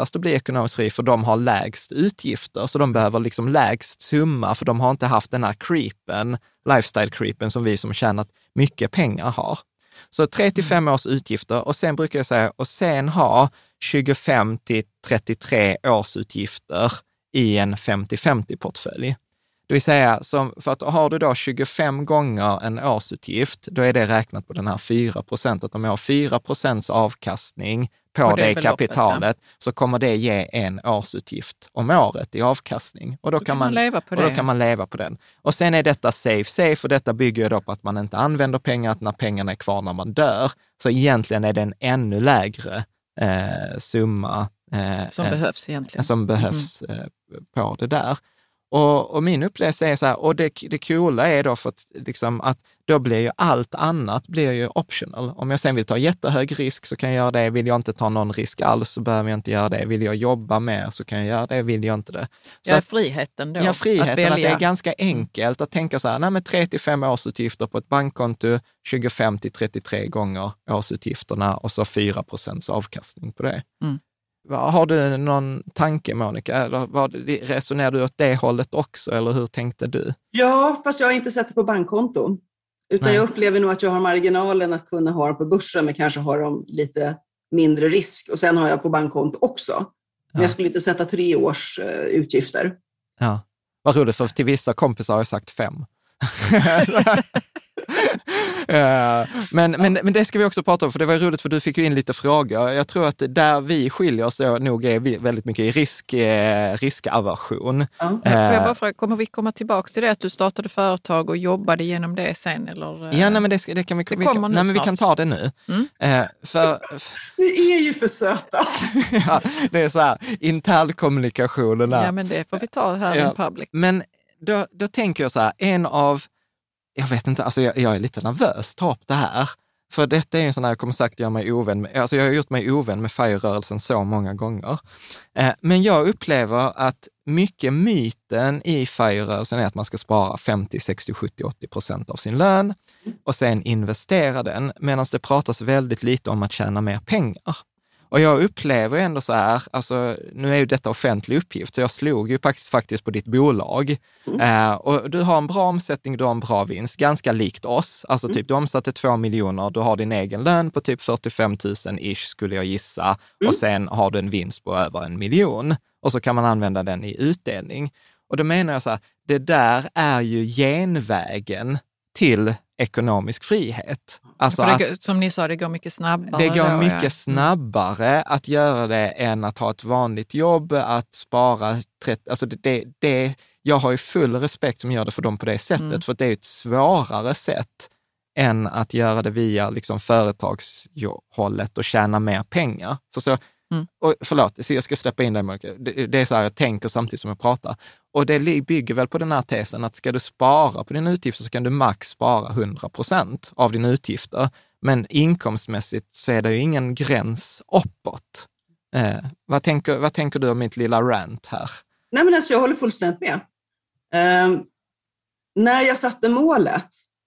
svårast att bli ekonomiskt fri för de har lägst utgifter, så de behöver liksom lägst summa för de har inte haft den här creepen, lifestyle creepen som vi som tjänat mycket pengar har. Så tre till fem års utgifter och sen brukar jag säga, och sen ha tjugofem till trettiotre års utgifter i en femtio femtio-portfölj. Det vill säga, som, för att har du då tjugofem gånger en årsutgift, då är det räknat på den här fyra procent. Att om jag har fyra procents avkastning på, på det, det kapitalet, ja, så kommer det ge en årsutgift om året i avkastning. Och då, då kan, man, man leva på och det. Då kan man leva på den. Och sen är detta safe, safe, och detta bygger då på att man inte använder pengar, att när pengarna är kvar när man dör. Så egentligen är det en ännu lägre eh, summa eh, som eh, behövs egentligen. Som behövs mm. eh, på det där. Och, och min upplevelse är så här, och det, det coola är då för att, liksom, att då blir ju allt annat blir ju optional. Om jag sen vill ta jättehög risk så kan jag göra det. Vill jag inte ta någon risk alls så behöver jag inte göra det. Vill jag jobba mer så kan jag göra det. Vill jag inte det. Så ja, att, friheten då. Ja, friheten. Att, att det är ganska enkelt att tänka så här, nej men tre till fem årsutgifter på ett bankkonto, tjugofem till trettiotre gånger årsutgifterna och så fyra procents avkastning på det. Mm. Har du någon tanke, Monica? Eller vad, resonerar du åt det hållet också, eller hur tänkte du? Ja, fast jag har inte sett det på bankkonto. Utan Nej. Jag upplever nog att jag har marginalen att kunna ha dem på börsen, men kanske har dem lite mindre risk. Och sen har jag på bankkonto också. Men ja. Jag skulle inte sätta tre års uh, utgifter. Ja, vad roligt, för till vissa kompisar har jag sagt fem. Uh, men, men, men det ska vi också prata om, för det var roligt för du fick ju in lite frågor. Jag tror att där vi skiljer oss nog är vi väldigt mycket i risk, eh, riskaversion. Ja. Uh, Får jag bara fråga, kommer vi komma tillbaka till det att du startade företag och jobbade genom det sen? Eller, ja, nej, men det, det kan vi, det vi, kan, nej, men vi kan ta det nu. Mm. Uh, för, vi är ju för söta. Ja, det är så här, internkommunikationen där. Ja, men det får vi ta här ja. in public. Men då, då tänker jag så här, en av Jag vet inte, alltså jag, jag är lite nervös att ta upp det här. För detta är en sån här, jag kommer sagt göra mig ovän med, alltså jag har gjort mig ovän med FIRE-rörelsen så många gånger. Eh, men jag upplever att mycket myten i FIRE-rörelsen är att man ska spara femtio, sextio, sjuttio, åttio procent av sin lön och sen investera den, medan det pratas väldigt lite om att tjäna mer pengar. Och jag upplever ändå så här, alltså nu är ju detta offentlig uppgift, så jag slog ju faktiskt, faktiskt på ditt bolag. Mm. Eh, och du har en bra omsättning, du har en bra vinst, ganska likt oss. Alltså typ mm. du omsatte två miljoner, du har din egen lön på typ fyrtiofem tusen ish skulle jag gissa. Mm. Och sen har du en vinst på över en miljon. Och så kan man använda den i utdelning. Och då menar jag så här, det där är ju genvägen till ekonomisk frihet. Alltså det, att, som ni sa, det går mycket snabbare. Det går då, mycket ja. snabbare att göra det än att ha ett vanligt jobb, att spara trettio, alltså det, det, det, jag har ju full respekt som gör det för dem på det sättet, mm. för det är ett svårare sätt än att göra det via liksom företagshållet och tjäna mer pengar. Förstår? Mm. Och förlåt, så jag ska släppa in dig. Det, det är så här jag tänker samtidigt som jag pratar. Och det bygger väl på den här tesen att ska du spara på dina utgifter så kan du max spara hundra procent av dina utgifter. Men inkomstmässigt så är det ju ingen gräns uppåt. Eh, vad, tänker, vad tänker du om mitt lilla rant här? Nej, men alltså jag håller fullständigt med. Eh, när jag satte målet,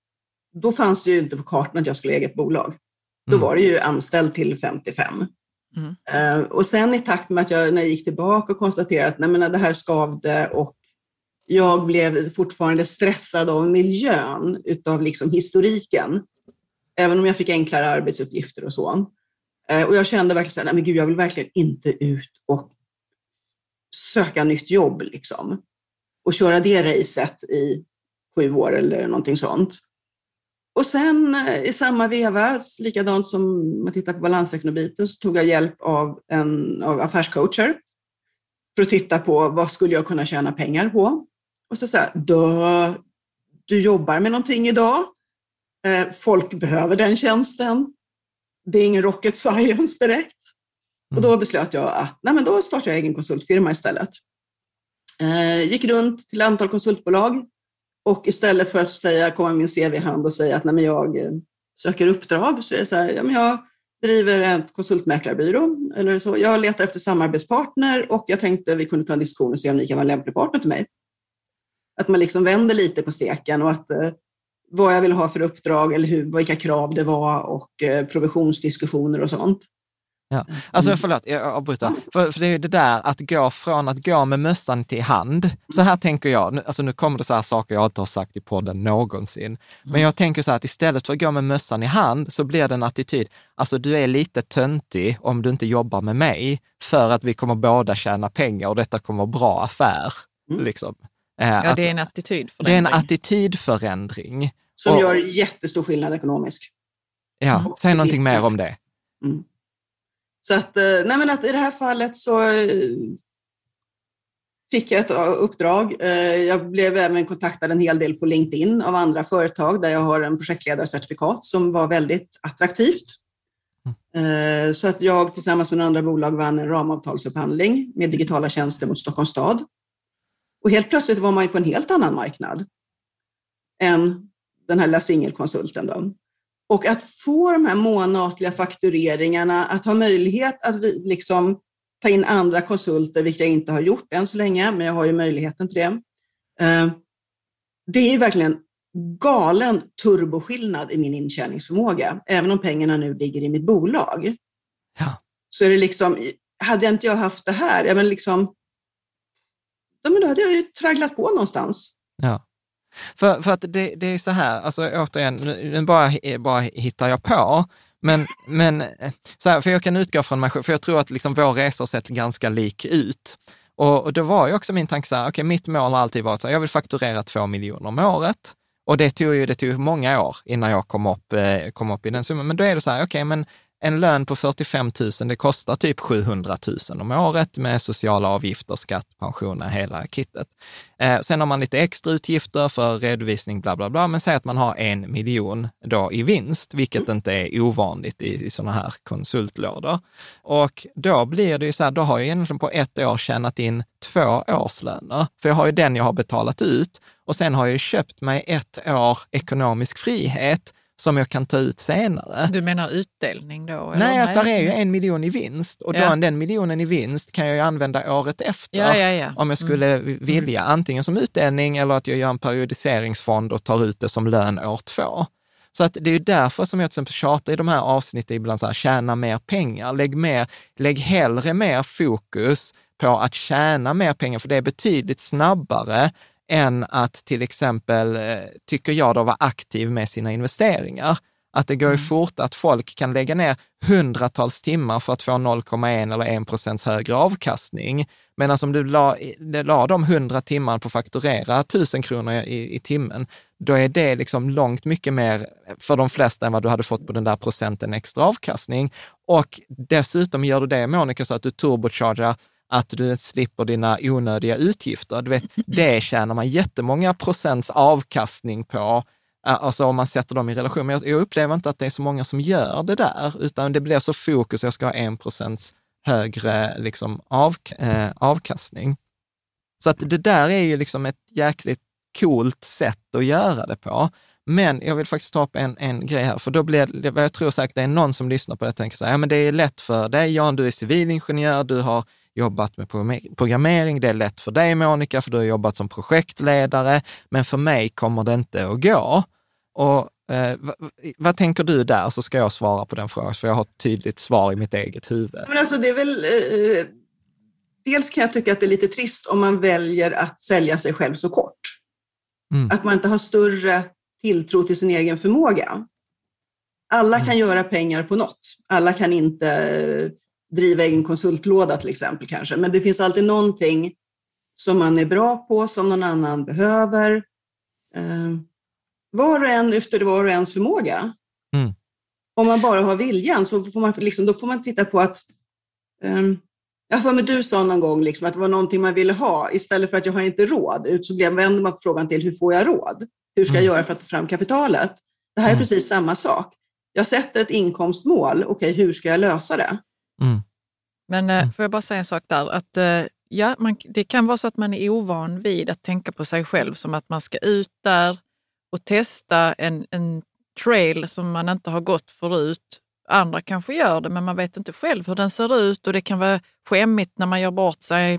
då fanns det ju inte på kartan att jag skulle ha eget bolag. Då mm. var det ju anställd till femtiofem. Mm. Uh, och sen i takt med att jag, när jag gick tillbaka och konstaterade att nej, men det här skavde och jag blev fortfarande stressad av miljön, utav liksom historiken, även om jag fick enklare arbetsuppgifter och så. Uh, och jag kände verkligen så här, nej men gud, jag vill verkligen inte ut och söka nytt jobb liksom. Och köra det racet i sju år eller någonting sånt. Och sen i samma veva, likadant som man tittar på balansekonomibiten, så tog jag hjälp av, en, av affärscoacher för att titta på vad skulle jag kunna tjäna pengar på. Och så säger jag, du jobbar med någonting idag, eh, folk behöver den tjänsten, det är ingen rocket science direkt. Mm. Och då beslöt jag att nej, men då startar jag egen konsultfirma istället. Eh, gick runt till ett antal konsultbolag. Och istället för att säga, komma med min C V i hand och säga att nej, men jag söker uppdrag, så är det så här, ja, men jag driver en konsultmäklarbyrå eller så. Jag letar efter samarbetspartner och jag tänkte vi kunde ta en diskussion och se om ni kan vara en lämplig partner till mig. Att man liksom vänder lite på steken och att eh, vad jag vill ha för uppdrag eller hur, vilka krav det var och eh, provisionsdiskussioner och sånt. Ja. Alltså förlåt, jag avbryter. För, för det är ju det där att gå från att gå med mössan till hand. Så här tänker jag, alltså nu kommer det så här saker jag inte har sagt i podden någonsin. Men jag tänker så här att istället för att gå med mössan i hand så blir det en attityd. Alltså du är lite töntig om du inte jobbar med mig för att vi kommer båda tjäna pengar och detta kommer vara bra affär. Mm. Liksom. Eh, ja, att, det är en attitydförändring. Det är en attitydförändring. Som och, gör jättestor skillnad ekonomisk. Ja, mm. säg någonting mer om det. Mm. Så att, nej men att i det här fallet så fick jag ett uppdrag. Jag blev även kontaktad en hel del på LinkedIn av andra företag där jag har en projektledarcertifikat som var väldigt attraktivt. Mm. Så att jag tillsammans med andra bolag vann en ramavtalsupphandling med digitala tjänster mot Stockholms stad. Och helt plötsligt var man ju på en helt annan marknad än den här lilla singelkonsulten då. Och att få de här månatliga faktureringarna, att ha möjlighet att vi liksom ta in andra konsulter, vilket jag inte har gjort än så länge, men jag har ju möjligheten till det. Det är ju verkligen galen turboskillnad i min intjäningsförmåga, även om pengarna nu ligger i mitt bolag. Ja. Så är det liksom, hade jag inte jag haft det här, jag men liksom, då hade jag ju tragglat på någonstans. Ja. För, för att det, det är så här, alltså återigen, nu bara, bara hittar jag på, men, men så här, för jag kan utgå från mig själv, för jag tror att liksom vår resa har sett ganska lik ut. Och, och det var ju också min tanke så här, okej, okay, mitt mål har alltid varit så här, jag vill fakturera två miljoner om året. Och det tog ju det tog många år innan jag kom upp, eh, kom upp i den summan. Men då är det så här, okej, okay, men en lön på fyrtiofem tusen, det kostar typ sjuhundratusen om året med sociala avgifter, skatt, pensioner, hela kittet. Eh, sen har man lite extra utgifter för redovisning, bla bla bla, men säg att man har en miljon då i vinst, vilket inte är ovanligt i, i sådana här konsultlådor. Och då blir det ju så här, då har jag egentligen på ett år tjänat in två årslöner, för jag har ju den jag har betalat ut och sen har jag köpt mig ett år ekonomisk frihet som jag kan ta ut senare. Du menar utdelning då? Eller? Nej, att där är ju en miljon i vinst och då ja. Den miljonen i vinst kan jag ju använda året efter ja, ja, ja. om jag skulle mm. vilja, antingen som utdelning eller att jag gör en periodiseringsfond och tar ut det som lön år två. Så att det är ju därför som jag till exempel tjatar i de här avsnitten ibland så här, tjäna mer pengar, lägg, mer, lägg hellre mer fokus på att tjäna mer pengar, för det är betydligt snabbare än att till exempel, tycker jag då, vara aktiv med sina investeringar. Att det går ju mm. fort att folk kan lägga ner hundratals timmar för att få noll komma en eller en procents högre avkastning. Men alltså om du la, la de hundra timmar på att fakturera tusen kronor i, i timmen, då är det liksom långt mycket mer för de flesta än vad du hade fått på den där procenten extra avkastning. Och dessutom gör du det, Monica, så att du turbochargar att du slipper dina onödiga utgifter. Du vet, det tjänar man jättemånga procents avkastning på, alltså om man sätter dem i relation. Men jag upplever inte att det är så många som gör det där, utan det blir så fokus, jag ska ha en procents högre liksom, av, eh, avkastning. Så att det där är ju liksom ett jäkligt coolt sätt att göra det på. Men jag vill faktiskt ta upp en, en grej här, för då blir det, jag tror säkert det är någon som lyssnar på det och tänker så här, ja men det är lätt för dig Jan, du är civilingenjör, du har jobbat med programmering, det är lätt för dig Monica, för du har jobbat som projektledare, men för mig kommer det inte att gå. Och eh, vad, vad tänker du där, så ska jag svara på den frågan, för jag har ett tydligt svar i mitt eget huvud. Men alltså det är väl, eh, dels kan jag tycka att det är lite trist om man väljer att sälja sig själv så kort. Mm. Att man inte har större tilltro till sin egen förmåga. Alla kan mm. göra pengar på något. Alla kan inte driva egen konsultlåda till exempel kanske. Men det finns alltid någonting som man är bra på, som någon annan behöver. Eh, var och en efter var och ens förmåga. Mm. Om man bara har viljan så får man, liksom, då får man titta på att eh, jag får med du sa någon gång liksom, att det var någonting man ville ha. Istället för att jag har inte råd. Så vänder man på frågan till hur får jag råd? Hur ska jag göra för att få fram kapitalet? Det här är mm. precis samma sak. Jag sätter ett inkomstmål. Okej, okay, hur ska jag lösa det? Mm. Men mm. får jag bara säga en sak där? Att, ja, man, det kan vara så att man är ovan vid att tänka på sig själv som att man ska ut där och testa en, en trail som man inte har gått förut. Andra kanske gör det, men man vet inte själv hur den ser ut och det kan vara skämmigt när man gör bort sig.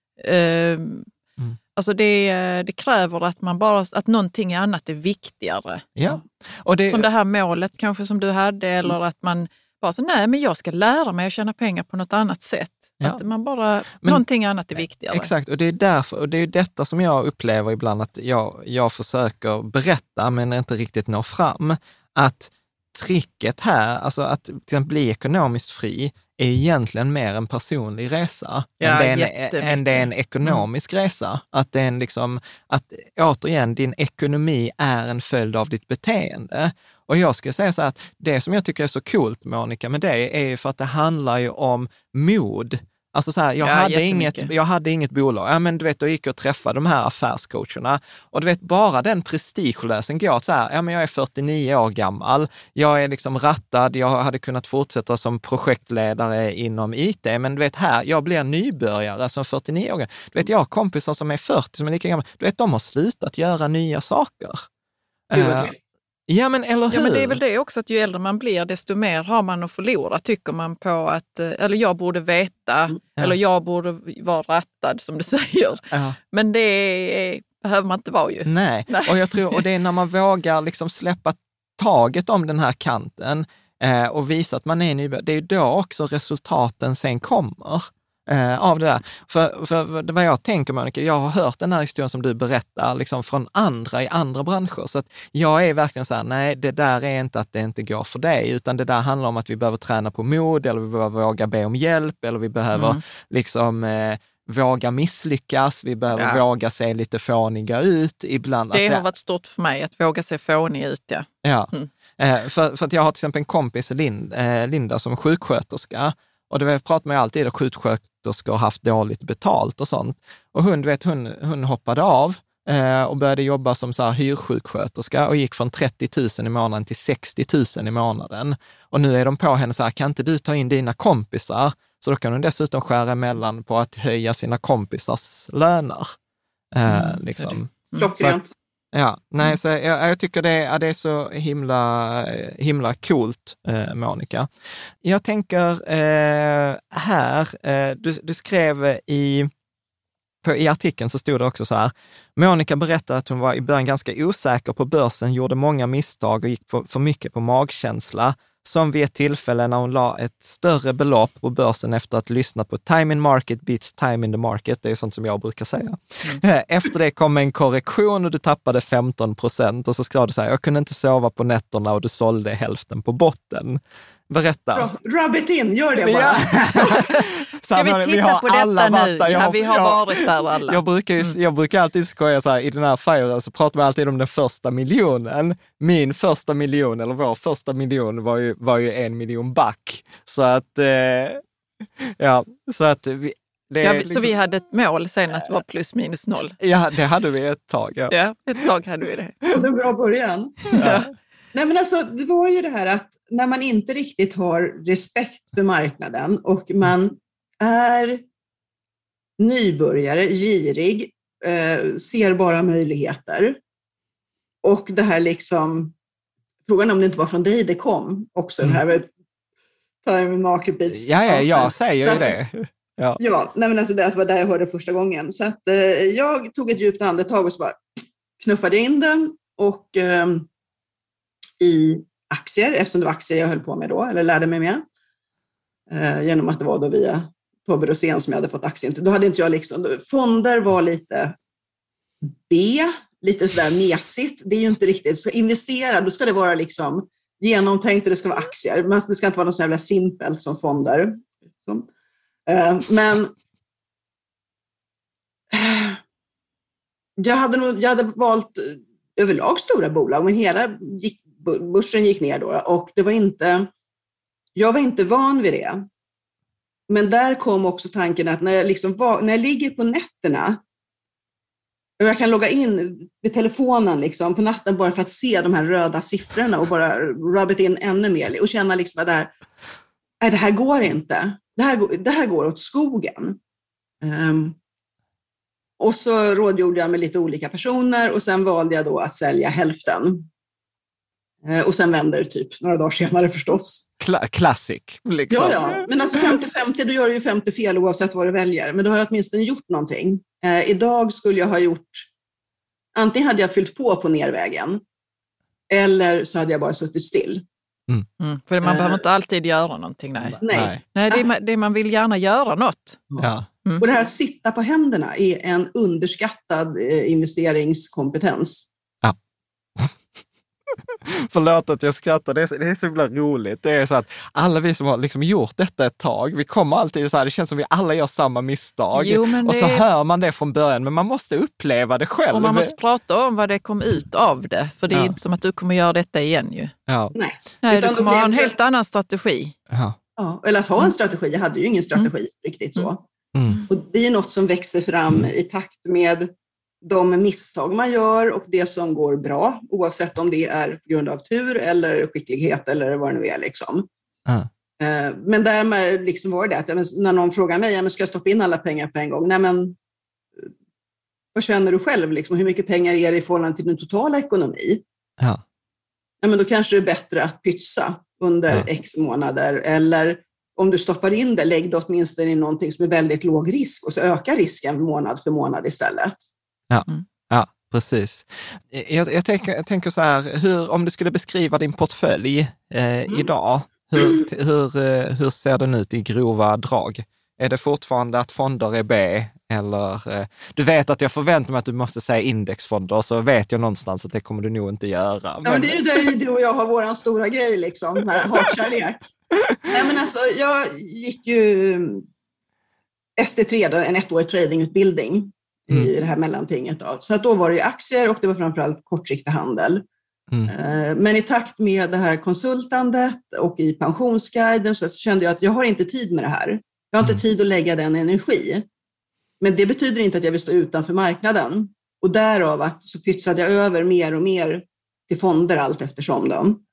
Uh, mm. Alltså det, det kräver att man bara att någonting annat är viktigare. Ja. Och det, som det här målet kanske som du hade, eller att man bara så, nej men jag ska lära mig att tjäna pengar på något annat sätt. Ja. Att man bara, men, någonting annat är viktigare. Exakt, och det är därför, och det är detta som jag upplever ibland att jag, jag försöker berätta men inte riktigt når fram. Att tricket här, alltså att till exempel bli ekonomiskt fri är egentligen mer en personlig resa ja, än, det är en, än det är en ekonomisk mm. resa. Att det är en liksom, att återigen, din ekonomi är en följd av ditt beteende. Och jag skulle säga så här att det som jag tycker är så coolt, Monica, med det är ju för att det handlar ju om mod. Alltså så här, jag, ja, hade inget, jag hade inget bolag. Ja, men du vet, då gick jag och träffade de här affärscoacherna. Och du vet, bara den prestigelösen går så här, ja men jag är fyrtionio år gammal. Jag är liksom rattad, jag hade kunnat fortsätta som projektledare inom I T. Men du vet här, jag blir nybörjare som fyrtionio år gammal. Du vet, jag har kompisar som är fyrtio, som är lika gamla. Du vet, de har slutat göra nya saker. Uh, Ja, men eller hur? Ja, men det är väl det också att ju äldre man blir, desto mer har man att förlora, tycker man på att, eller jag borde veta, ja. eller jag borde vara rattad som du säger. Ja. Men det är, behöver man inte vara ju. Nej, Nej. och jag tror, och det är när man vågar liksom släppa taget om den här kanten eh, och visa att man är nybörjare, det är ju då också resultaten sen kommer. Uh, av det där. För, för vad jag tänker, Monica, jag har hört den här historien som du berättar liksom från andra i andra branscher. Så att jag är verkligen så här, nej, det där är inte att det inte går för dig, utan det där handlar om att vi behöver träna på mod, eller vi behöver våga be om hjälp, eller vi behöver mm. liksom eh, våga misslyckas, vi behöver ja. våga se lite fåniga ut ibland. Det att har det... varit stort för mig, att våga se fånig ut, ja. Ja, mm. uh, för, för att jag har till exempel en kompis, Lind, uh, Linda, som är sjuksköterska. Och det pratar man ju alltid att sjuksköterskor har haft dåligt betalt och sånt. Och hon, du vet, hon, hon hoppade av eh, och började jobba som så här hyrsjuksköterska och gick från trettio tusen i månaden till sextio tusen i månaden. Och nu är de på henne så här, kan inte du ta in dina kompisar? Så då kan hon dessutom skära emellan på att höja sina kompisars löner. Eh, mm, liksom. Klockrent. Ja, nej, så jag, jag tycker det är, det är så himla, himla coolt, eh, Monica. Jag tänker eh, här, eh, du, du skrev i, på, i artikeln så stod det också så här, Monica berättade att hon var i början ganska osäker på börsen, gjorde många misstag och gick på, för mycket på magkänsla, som vid ett tillfälle när hon la ett större belopp på börsen efter att lyssna på time in market beats time in the market. Det är sånt som jag brukar säga. Mm. Efter det kom en korrektion och du tappade femton procent och så skrev du så här, jag kunde inte sova på nätterna och du sålde hälften på botten. Berätta. Rub it in, gör det bara. Ja. Ska vi titta vi har på detta nu? Ja, har, vi har jag, varit där alla. Jag brukar, mm. jag brukar alltid skoja så här, i den här affären så pratar man alltid om den första miljonen. Min första miljon, eller vår första miljon var ju, var ju en miljon back. Så att, eh, ja, så att vi, det ja, liksom, så vi hade ett mål sen att det var plus minus noll. Ja, det hade vi ett tag. Ja, ja ett tag hade vi det. Det var en bra början. Ja. Nej, men alltså, det var ju det här att när man inte riktigt har respekt för marknaden och man är nybörjare, girig, eh, ser bara möjligheter. Och det här liksom, frågan om det inte var från dig det kom också, mm. det här med time market beats. Ja, ja, jag säger ju det. Ja, ja nej, men alltså det var där jag hörde första gången. Så att eh, jag tog ett djupt andetag och så bara knuffade in den och eh, i aktier, eftersom det var aktier jag höll på med då, eller lärde mig med. Eh, genom att det var då via Tobbe Rosén som jag hade fått aktier. Då hade inte jag liksom, fonder var lite B, lite sådär mesigt. Det är ju inte riktigt, så investera, då ska det vara liksom genomtänkt och det ska vara aktier. Men det ska inte vara något så jävla simpelt som fonder. Eh, men jag hade, nog, jag hade valt överlag stora bolag, men hela gick, börsen gick ner då och det var inte, jag var inte van vid det. Men där kom också tanken att när jag, liksom var, när jag ligger på nätterna och jag kan logga in vid telefonen liksom, på natten bara för att se de här röda siffrorna och bara rub it in ännu mer och känna liksom att det här, nej, det här går inte. Det här, det här går åt skogen. Um, och så rådgjorde jag med lite olika personer och sen valde jag då att sälja hälften. Och sen vänder typ några dagar senare förstås. Kla- classic. Liksom. Ja, ja, men alltså femtio femtio, då gör du ju femtio fel oavsett vad du väljer. Men då har jag åtminstone gjort någonting. Eh, idag skulle jag ha gjort, antingen hade jag fyllt på på nervägen eller så hade jag bara suttit still. Mm. Mm, för man uh, behöver inte alltid göra någonting. Nej, nej. nej det, är, det man vill gärna göra något. Ja. Mm. Och det här att sitta på händerna är en underskattad eh, investeringskompetens. Ja. Förlåt att jag skrattar, det är, det är så himla roligt. Det är så att alla vi som har liksom gjort detta ett tag, vi kommer alltid så här, det känns som vi alla gör samma misstag. Jo, men och så är... hör man det från början, men man måste uppleva det själv. Och man måste prata om vad det kom ut av det, för det är ja. inte som att du kommer göra detta igen ju. Ja. Nej, Nej du kommer ha en helt annan strategi. Ja. Ja, eller att ha en strategi, jag hade ju ingen strategi mm. riktigt så. Mm. Och det är något som växer fram mm. i takt med de misstag man gör och det som går bra, oavsett om det är på grund av tur eller skicklighet eller vad det nu är. Liksom. Mm. Men därmed liksom var det att när någon frågar mig, ska jag stoppa in alla pengar på en gång? Nej, men vad känner du själv? Liksom? Hur mycket pengar är det i förhållande till den totala ekonomi? Ja. Nej, men då kanske det är bättre att pytsa under ja. x månader, eller om du stoppar in det, lägg det åtminstone i någonting som är väldigt låg risk och så ökar risken månad för månad istället. Ja, mm. ja precis. Jag, jag, tänker, jag tänker så här, hur, om du skulle beskriva din portfölj eh, mm. idag, hur, hur, hur ser den ut i grova drag? Är det fortfarande att fonder är B? Eller, eh, du vet att jag förväntar mig att du måste säga indexfonder, så vet jag någonstans att det kommer du nog inte göra. Men... Ja, men det är ju där du och jag har våran stora grej, liksom, här hatkärlek. Nej, men alltså, jag gick ju S T tre, då, en ettårig tradingutbildning mm. i det här mellantinget. Då. Så att då var det ju aktier och det var framförallt kortsiktig handel. Mm. Men i takt med det här konsultandet och i pensionsguiden så kände jag att jag har inte tid med det här. Jag har inte tid att lägga den energi. Men det betyder inte att jag vill stå utanför marknaden. Och därav att så pytsade jag över mer och mer till fonder allt eftersom dem.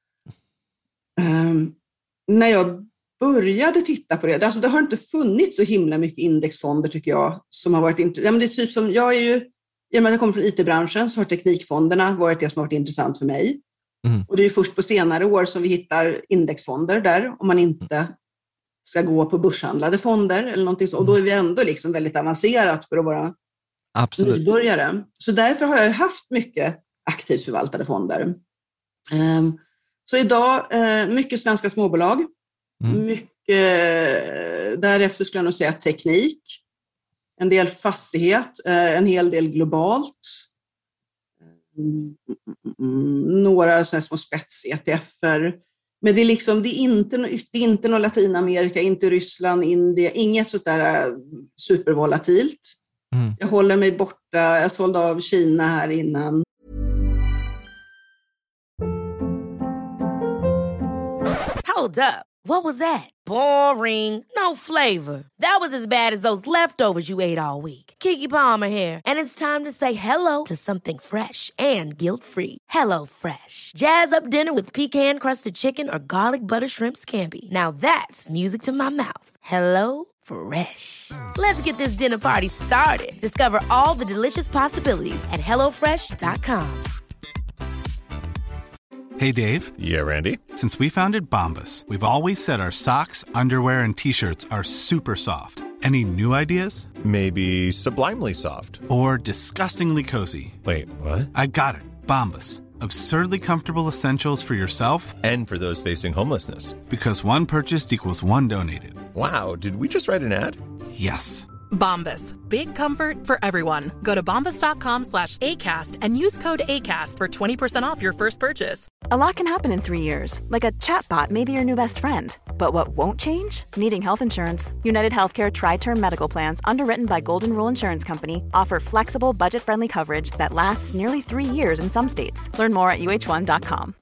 Um, när jag började titta på det, alltså det har inte funnits så himla mycket indexfonder tycker jag som har varit intressant. Ja, men det är typ som, jag är ju, i och med att jag kommer från I T-branschen så har teknikfonderna varit det som har varit intressant för mig. Mm. Och det är först på senare år som vi hittar indexfonder där, om man inte ska gå på börshandlade fonder eller någonting så. Och då är vi ändå liksom väldigt avancerat för att vara Absolut. nybörjare. Så därför har jag haft mycket aktivt förvaltade fonder. Um, så idag, uh, mycket svenska småbolag. Mm. Mycket, därefter skulle jag nog säga teknik. En del fastighet, uh, en hel del globalt. Mm, mm, några sådana små spets-E T F-er. Men det är liksom, det är inte, det är inte något Latinamerika, inte Ryssland, Indien, inget sånt där supervolatilt. Mm. Jag håller mig borta, jag sålde av Kina här innan. Hold up, what was that? Boring, no flavor. That was as bad as those leftovers you ate all week. Keke Palmer here, and it's time to say hello to something fresh and guilt-free. Hello Fresh. Jazz up dinner with pecan-crusted chicken or garlic butter shrimp scampi. Now that's music to my mouth. Hello Fresh. Let's get this dinner party started. Discover all the delicious possibilities at hello fresh dot com. Hey, Dave. Yeah, Randy. Since we founded Bombas, we've always said our socks, underwear, and T-shirts are super soft. Any new ideas? Maybe sublimely soft. Or disgustingly cozy. Wait, what? I got it. Bombas. Absurdly comfortable essentials for yourself and for those facing homelessness. Because one purchased equals one donated. Wow, did we just write an ad? Yes. Bombas. Big comfort for everyone. Go to bombas.com slash ACAST and use code ACAST for twenty percent off your first purchase. A lot can happen in three years. Like a chatbot may be your new best friend. But what won't change? Needing health insurance. United Healthcare Tri-Term Medical Plans, underwritten by Golden Rule Insurance Company, offer flexible, budget-friendly coverage that lasts nearly three years in some states. Learn more at U H one dot com.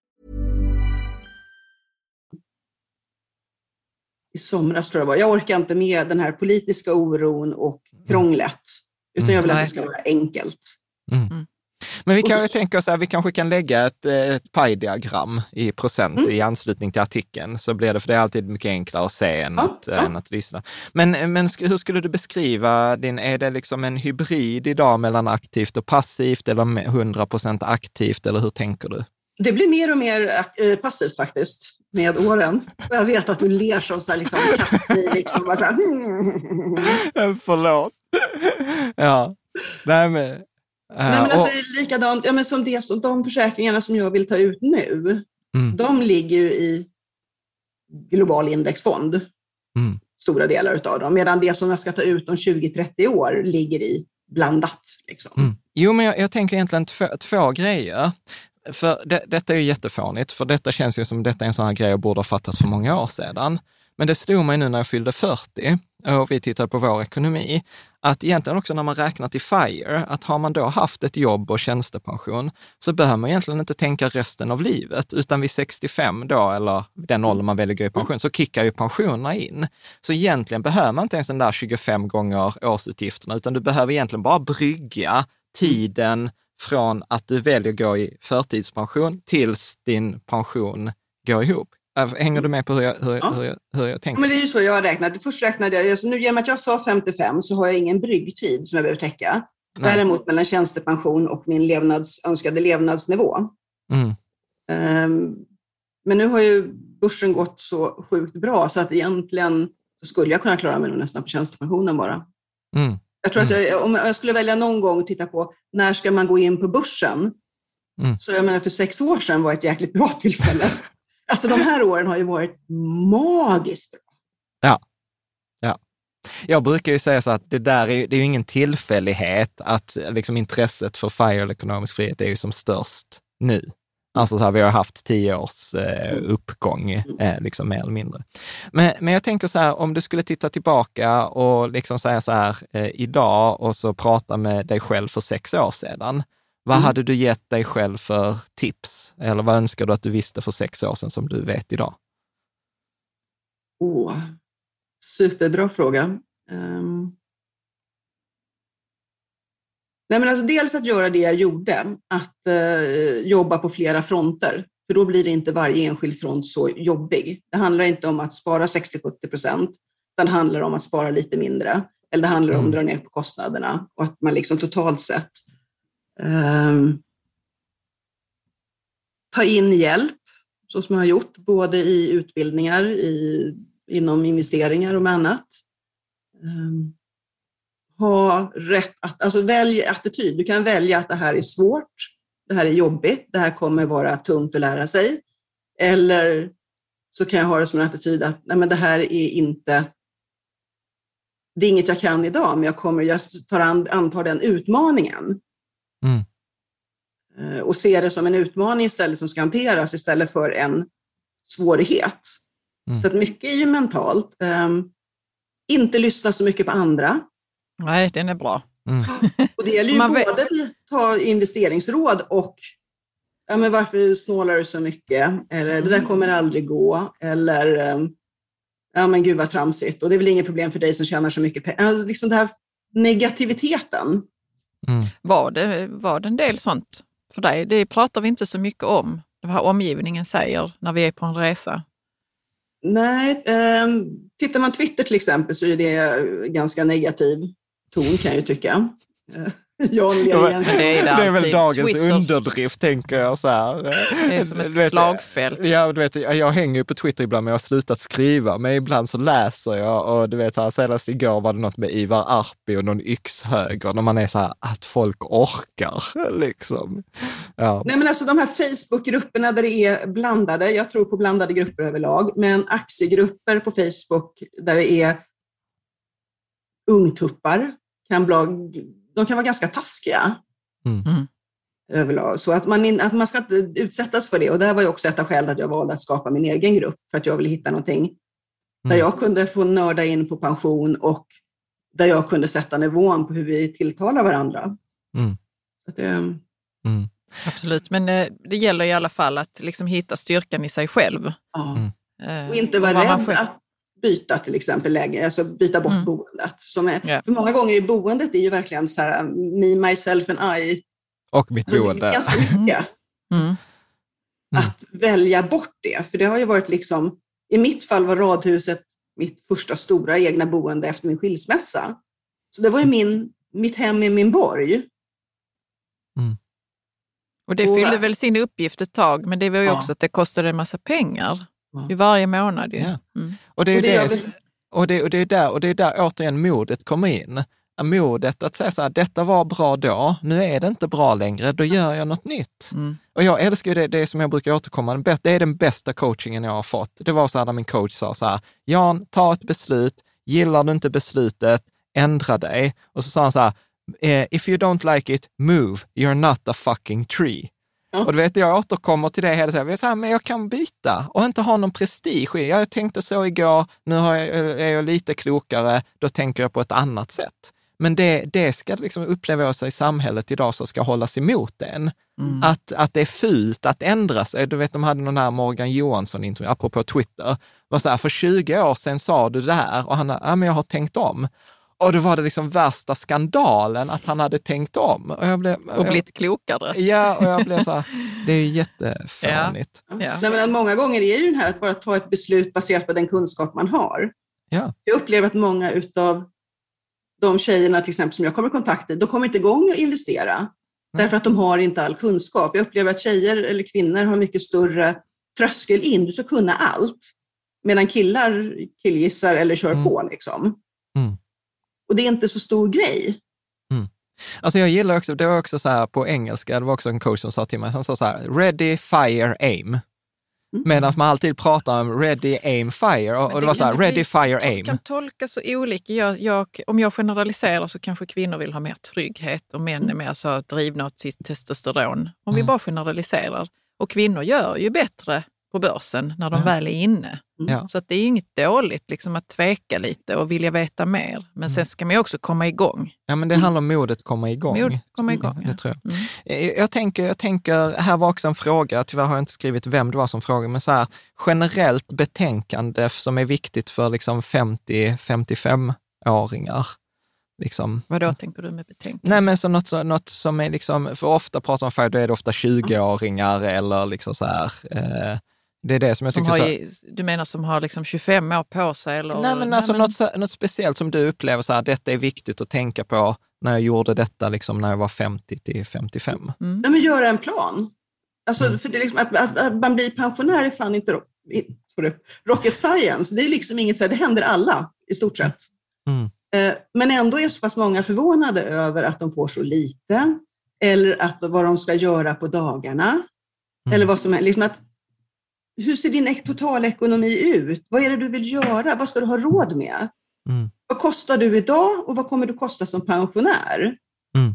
I somras tror jag var. Jag orkar inte med den här politiska oron och krånglet. Utan jag vill att det ska vara enkelt. Mm. Mm. Men vi kan ju tänka oss att vi kanske kan lägga ett, ett pie-diagram i procent mm. i anslutning till artikeln. Så blir det, för det är alltid mycket enklare att se än, ja, att, ja. än att lyssna. Men, men hur skulle du beskriva din, är det liksom en hybrid idag mellan aktivt och passivt eller hundra procent aktivt, eller hur tänker du? Det blir mer och mer äh, passivt faktiskt med åren. Jag vet att du ler som så här, liksom, katt i liksom bara så här. Förlåt. Ja. Nej men, uh, Nej, men alltså, och, likadant, ja, men som det, som de försäkringarna som jag vill ta ut nu, mm. de ligger ju i global indexfond. Mm. Stora delar utav dem. Medan det som jag ska ta ut om tjugo till trettio år ligger i blandat. Liksom. Mm. Jo, men jag, jag tänker egentligen två, två grejer. För det, detta är ju jättefånigt, för detta känns ju som detta är en sån här grej jag borde ha fattat för många år sedan. Men det stod mig nu när jag fyllde fyrtio och vi tittade på vår ekonomi, att egentligen också när man räknar till FIRE, att har man då haft ett jobb och tjänstepension så behöver man egentligen inte tänka resten av livet, utan vid sextiofem då, eller den åldern man väljer i pension, så kickar ju pensionerna in. Så egentligen behöver man inte ens den där tjugofem gånger årsutgifterna, utan du behöver egentligen bara brygga tiden från att du väljer att gå i förtidspension tills din pension går ihop. Hänger du med på hur jag, hur, ja. hur jag, hur jag tänker? Men det är ju så jag har räknat. Först räknade jag, alltså nu genom att jag sa femtiofem så har jag ingen bryggtid som jag behöver täcka. Nej. Däremot mellan tjänstepension och min levnads, önskade levnadsnivå. Mm. Um, men nu har ju börsen gått så sjukt bra så att egentligen så skulle jag kunna klara mig nästan på tjänstepensionen bara. Mm. Jag tror mm. att jag, om jag skulle välja någon gång att titta på när ska man gå in på börsen, mm. så jag menar för sex år sedan var ett jäkligt bra tillfälle. Alltså de här åren har ju varit magiskt bra. Ja, ja. Jag brukar ju säga så att det där är, det är ju ingen tillfällighet att liksom intresset för FIRE eller ekonomisk frihet är ju som störst nu. Alltså så här, vi har haft tio års eh, uppgång, eh, liksom mer eller mindre. Men, men jag tänker så här, om du skulle titta tillbaka och liksom säga så här eh, idag och så prata med dig själv för sex år sedan. Vad mm. hade du gett dig själv för tips? Eller vad önskar du att du visste för sex år sedan som du vet idag? Åh, oh, superbra fråga. Um... Nej, men alltså dels att göra det jag gjorde, att uh, jobba på flera fronter. För då blir det inte varje enskild front så jobbig. Det handlar inte om att spara sextio till sjuttio procent, utan det handlar om att spara lite mindre. Eller det handlar om att dra ner på kostnaderna och att man liksom totalt sett Um, ta in hjälp, så som jag har gjort, både i utbildningar, i, inom investeringar och med annat. Um, ha rätt att, alltså välj attityd. Du kan välja att det här är svårt, det här är jobbigt, det här kommer vara tungt att lära sig. Eller så kan jag ha det som en attityd att nej, men det här är inte, det är inget jag kan idag, men jag kommer, jag tar an, antar den utmaningen. Mm. Och se det som en utmaning istället som ska hanteras istället för en svårighet. Mm. Så att mycket är ju mentalt. Um, inte lyssna så mycket på andra. Nej, den är bra. Mm. Och det gäller ju både att ta investeringsråd och ja, men varför snålar du så mycket? Eller mm. det där kommer aldrig gå. Eller um, ja men gud vad tramsigt. Och det är väl inget problem för dig som tjänar så mycket pengar. Alltså, liksom den här negativiteten. Mm. Var, det, var det en del sånt för dig? Det pratar vi inte så mycket om. Det här omgivningen säger när vi är på en resa. Nej, eh, tittar man Twitter till exempel så är det ganska negativ ton kan jag ju tycka. Jan ja, men, det, är det är väl dagens Twitter. Underdrift tänker jag så här. Det är som ett vet, slagfält. Ja, du vet, jag hänger ju på Twitter ibland men jag har slutat skriva. Men ibland så läser jag och du vet, så här, senast igår var det något med Ivar Arpi och någon yxhöger när man är så här att folk orkar liksom. Ja. Nej men alltså de här Facebookgrupperna där det är blandade, jag tror på blandade grupper överlag, men aktiegrupper på Facebook där det är ungtuppar kan blogg de kan vara ganska taskiga mm. överlag. Så att man, att man ska inte utsättas för det. Och det här var ju också ett av skälen att jag valde att skapa min egen grupp. För att jag ville hitta någonting mm. där jag kunde få nörda in på pension och där jag kunde sätta nivån på hur vi tilltalar varandra. Mm. Så att det, mm. Absolut, men det, det gäller i alla fall att liksom hitta styrkan i sig själv. Ja. Mm. Och inte vara rädd själv. Att byta till exempel läge, alltså byta bort mm. boendet. Som är, yeah. För många gånger i boendet är ju verkligen så här me, myself and I. Och mitt boende. Det är ganska mycket. Mm. Mm. Att välja bort det. För det har ju varit liksom, i mitt fall var radhuset mitt första stora egna boende efter min skilsmässa. Så det var ju min, mitt hem i min borg. Mm. Och det fyllde och, väl sin uppgift ett tag, men det var ju ja. också att det kostade en massa pengar. I varje månad ju. Ja. Mm. Och det är och det, det, och det, och det är där och det är där återigen modet kommer in. modet att säga så här, detta var bra då, nu är det inte bra längre, då gör jag något nytt. Mm. Och jag älskar ju det, det som jag brukar återkomma, det är den bästa coachingen jag har fått. Det var så här när min coach sa så här, Jan, ta ett beslut, gillar du inte beslutet, ändra dig. Och så sa han så här, if you don't like it, move, you're not a fucking tree. Ja. Och du vet, jag återkommer till det hela tiden. Jag säger, men jag kan byta och inte ha någon prestige. Jag tänkte så igår, nu har jag, är jag lite klokare, då tänker jag på ett annat sätt. Men det, det ska liksom uppleva sig i samhället idag så ska hållas emot en. Mm. Att, att det är fult att ändra sig. Du vet, de hade någon här Morgan Johansson, apropå Twitter, var så här, för tjugo år sedan sa du det här och han, ja men jag har tänkt om. Och då var det liksom värsta skandalen att han hade tänkt om. Och, jag blev, och blivit klokare. Ja, och jag blev så här, det är ju jätteförnigt. Ja. Ja. Nej, men många gånger är ju den här att bara ta ett beslut baserat på den kunskap man har. Ja. Jag upplever att många utav de tjejerna till exempel som jag kommer i kontakt med, de kommer inte igång att investera. Mm. Därför att de har inte all kunskap. Jag upplever att tjejer eller kvinnor har mycket större tröskel in. Du ska kunna allt. Medan killar killgissar eller kör mm. på liksom. Mm. Och det är inte så stor grej. Mm. Alltså jag gillar också, det var också så här på engelska, det var också en coach som sa till mig, han sa så här, ready, fire, aim. Mm. Medan man alltid pratar om ready, aim, fire. Och, och det var så här, ready, fire, aim. Det kan tolka så olika. Jag, jag, om jag generaliserar så kanske kvinnor vill ha mer trygghet och män är mer så drivna åt sitt testosteron. Om mm. vi bara generaliserar. Och kvinnor gör ju bättre på börsen när de ja. väl är inne. Mm. Så att det är inget dåligt liksom, att tveka lite och vilja veta mer. Men mm. sen ska man ju också komma igång. Ja, men det handlar om modet komma igång. Mod komma igång, mm, ja. Det tror jag. Mm. Jag, tänker, jag tänker, här var också en fråga, tyvärr har jag inte skrivit vem det var som frågade, men så här, generellt betänkande som är viktigt för liksom femtio till femtiofem-åringar. Liksom. Vad då tänker du med betänkande? Nej, men så något, så, något som är liksom, för ofta pratar man för då är det ofta tjugo-åringar eller liksom så här... Eh, det är det som jag som tycker har, så... Du menar som har liksom tjugofem år på sig? Eller? Nej, men alltså Nej, men... Något, något speciellt som du upplever så här, detta är viktigt att tänka på när jag gjorde detta liksom när jag var femtio till femtiofem. Mm. Nej, men göra en plan. Alltså, mm. för det är liksom, att, att, att man blir pensionär är fan inte rocket science. Det är liksom inget så här, det händer alla i stort sett. Mm. Eh, men ändå är så pass många förvånade över att de får så lite eller att, vad de ska göra på dagarna. Mm. Eller vad som är, liksom att hur ser din totalekonomi ut? Vad är det du vill göra? Vad ska du ha råd med? Mm. Vad kostar du idag och vad kommer du kosta som pensionär? Mm.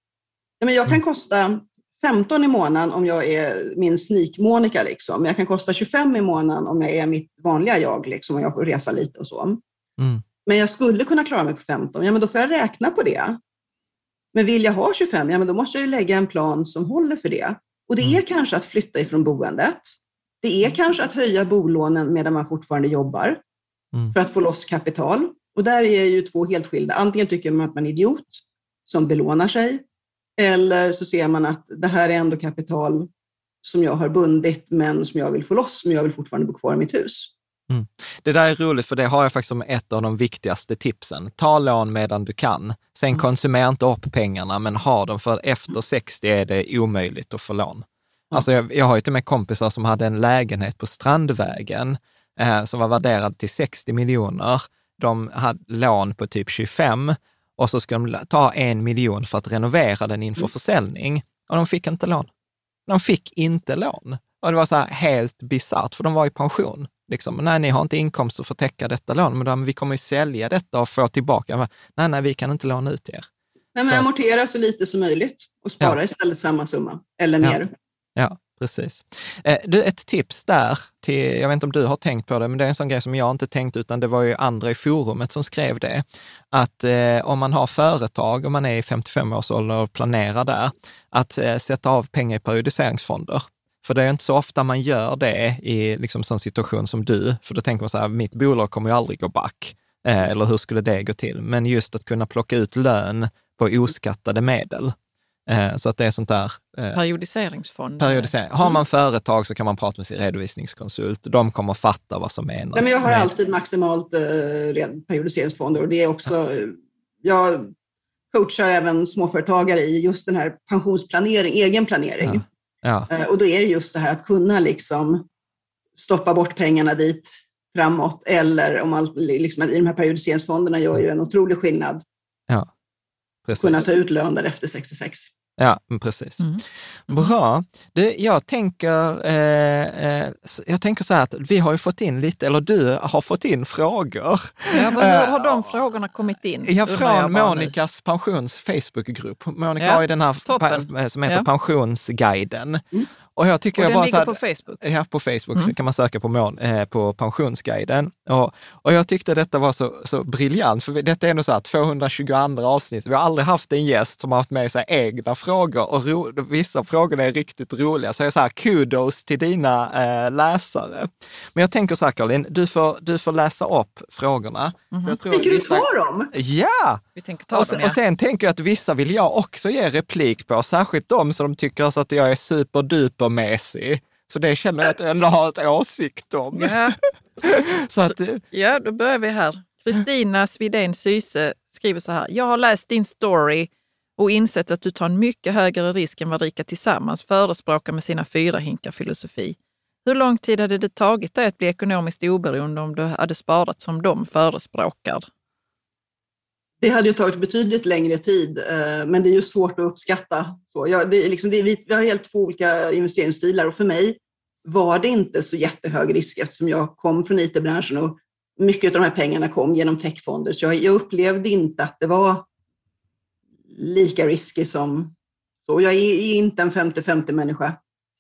Ja, men jag kan kosta femton i månaden om jag är min sneak-Monica. Liksom. Jag kan kosta tjugofem i månaden om jag är mitt vanliga jag liksom, och jag får resa lite och så. Mm. Men jag skulle kunna klara mig på femton. Ja, men då får jag räkna på det. Men vill jag ha tjugofem, ja, men då måste jag ju lägga en plan som håller för det. Och det är mm. kanske att flytta ifrån boendet. Det är kanske att höja bolånen medan man fortfarande jobbar mm. för att få loss kapital. Och där är ju två helt skilda. Antingen tycker man att man är idiot som belånar sig. Eller så ser man att det här är ändå kapital som jag har bundit men som jag vill få loss. Men jag vill fortfarande bo kvar i mitt hus. Mm. Det där är roligt för det har jag faktiskt som ett av de viktigaste tipsen. Ta lån medan du kan. Sen mm. konsumera inte upp pengarna men ha dem för efter sextio är det omöjligt att få lån. Alltså jag, jag har ju till och med kompisar som hade en lägenhet på Strandvägen eh, som var värderad till sextio miljoner. De hade lån på typ tjugofem och så skulle de ta en miljon för att renovera den inför mm. försäljning. Och de fick inte lån. De fick inte lån. Och det var så här helt bizarrt för de var i pension. Liksom, nej, ni har inte inkomster för att täcka detta lån, men de, vi kommer ju sälja detta och få tillbaka. Nej, nej, vi kan inte låna ut er. Nej, men amortera så lite som möjligt och spara ja. istället samma summa eller mer. Ja. Ja, precis. Eh, du, ett tips där, till, jag vet inte om du har tänkt på det, men det är en sån grej som jag inte tänkt utan det var ju andra i forumet som skrev det. Att eh, om man har företag, om man är i femtiofem års ålder och planerar där, att eh, sätta av pengar i periodiseringsfonder. För det är inte så ofta man gör det i liksom sån situation som du, för då tänker man så här, mitt bolag kommer ju aldrig gå back. Eh, eller hur skulle det gå till? Men just att kunna plocka ut lön på oskattade medel. Så att det är sånt där... Eh, periodiseringsfond. Periodisering. Har man företag så kan man prata med sin redovisningskonsult. De kommer att fatta vad som menas. Nej, men jag har med... alltid maximalt eh, periodiseringsfonder. Och det är också... Jag coachar även småföretagare i just den här pensionsplanering, egen planering. Ja. Ja. Eh, och då är det just det här att kunna liksom stoppa bort pengarna dit framåt. Eller om allt, liksom, i de här periodiseringsfonderna gör ju en otrolig skillnad. Ja. precis. kunna ta ut lön där efter sextiosex. Ja, precis. Mm. Mm. Bra. Du, jag tänker eh, eh, jag tänker så här att vi har ju fått in lite, eller du har fått in frågor. Ja, men hur har de frågorna kommit in? Ja, från Monikas pensions Facebookgrupp. Monika ja, har ju den här pa- som heter ja. Pensionsguiden. Mm. Och jag tycker och jag den bara ligger så här, på Facebook? Ja, på Facebook mm. kan man söka på, mån, eh, på Pensionsguiden. Och, och jag tyckte detta var så, så briljant, för detta är ändå så här tvåhundratjugotvå avsnitt. Vi har aldrig haft en gäst som har haft med sig egna frågor, och ro, vissa frågor är riktigt roliga. Så jag är så här, kudos till dina eh, läsare. Men jag tänker så här, Caroline, du får, du får läsa upp frågorna. Mm-hmm. Jag tror tänker vissa... du ta dem? Ja! Vi tänker ta och, sen, dem, ja. och sen tänker jag att vissa vill jag också ge replik på, särskilt de som de tycker så att jag är superdupermässig. Så det känner jag att jag ändå har ett åsikt om. Ja. så att, ja, då börjar vi här. Kristina Svidén Syse skriver så här. Jag har läst din story och insett att du tar en mycket högre risk än vad Rika Tillsammans förespråkar med sina fyra hinkar filosofi. Hur lång tid hade det tagit dig att bli ekonomiskt oberoende om du hade sparat som de förespråkar? Det hade ju tagit betydligt längre tid, men det är ju svårt att uppskatta. Så jag, det är liksom, det är, vi har helt två olika investeringsstilar, och för mig var det inte så jättehög risk eftersom jag kom från I T-branschen och mycket av de här pengarna kom genom techfonder. Så jag, jag upplevde inte att det var lika risky som... Så jag är, är inte en femtio femtio människa.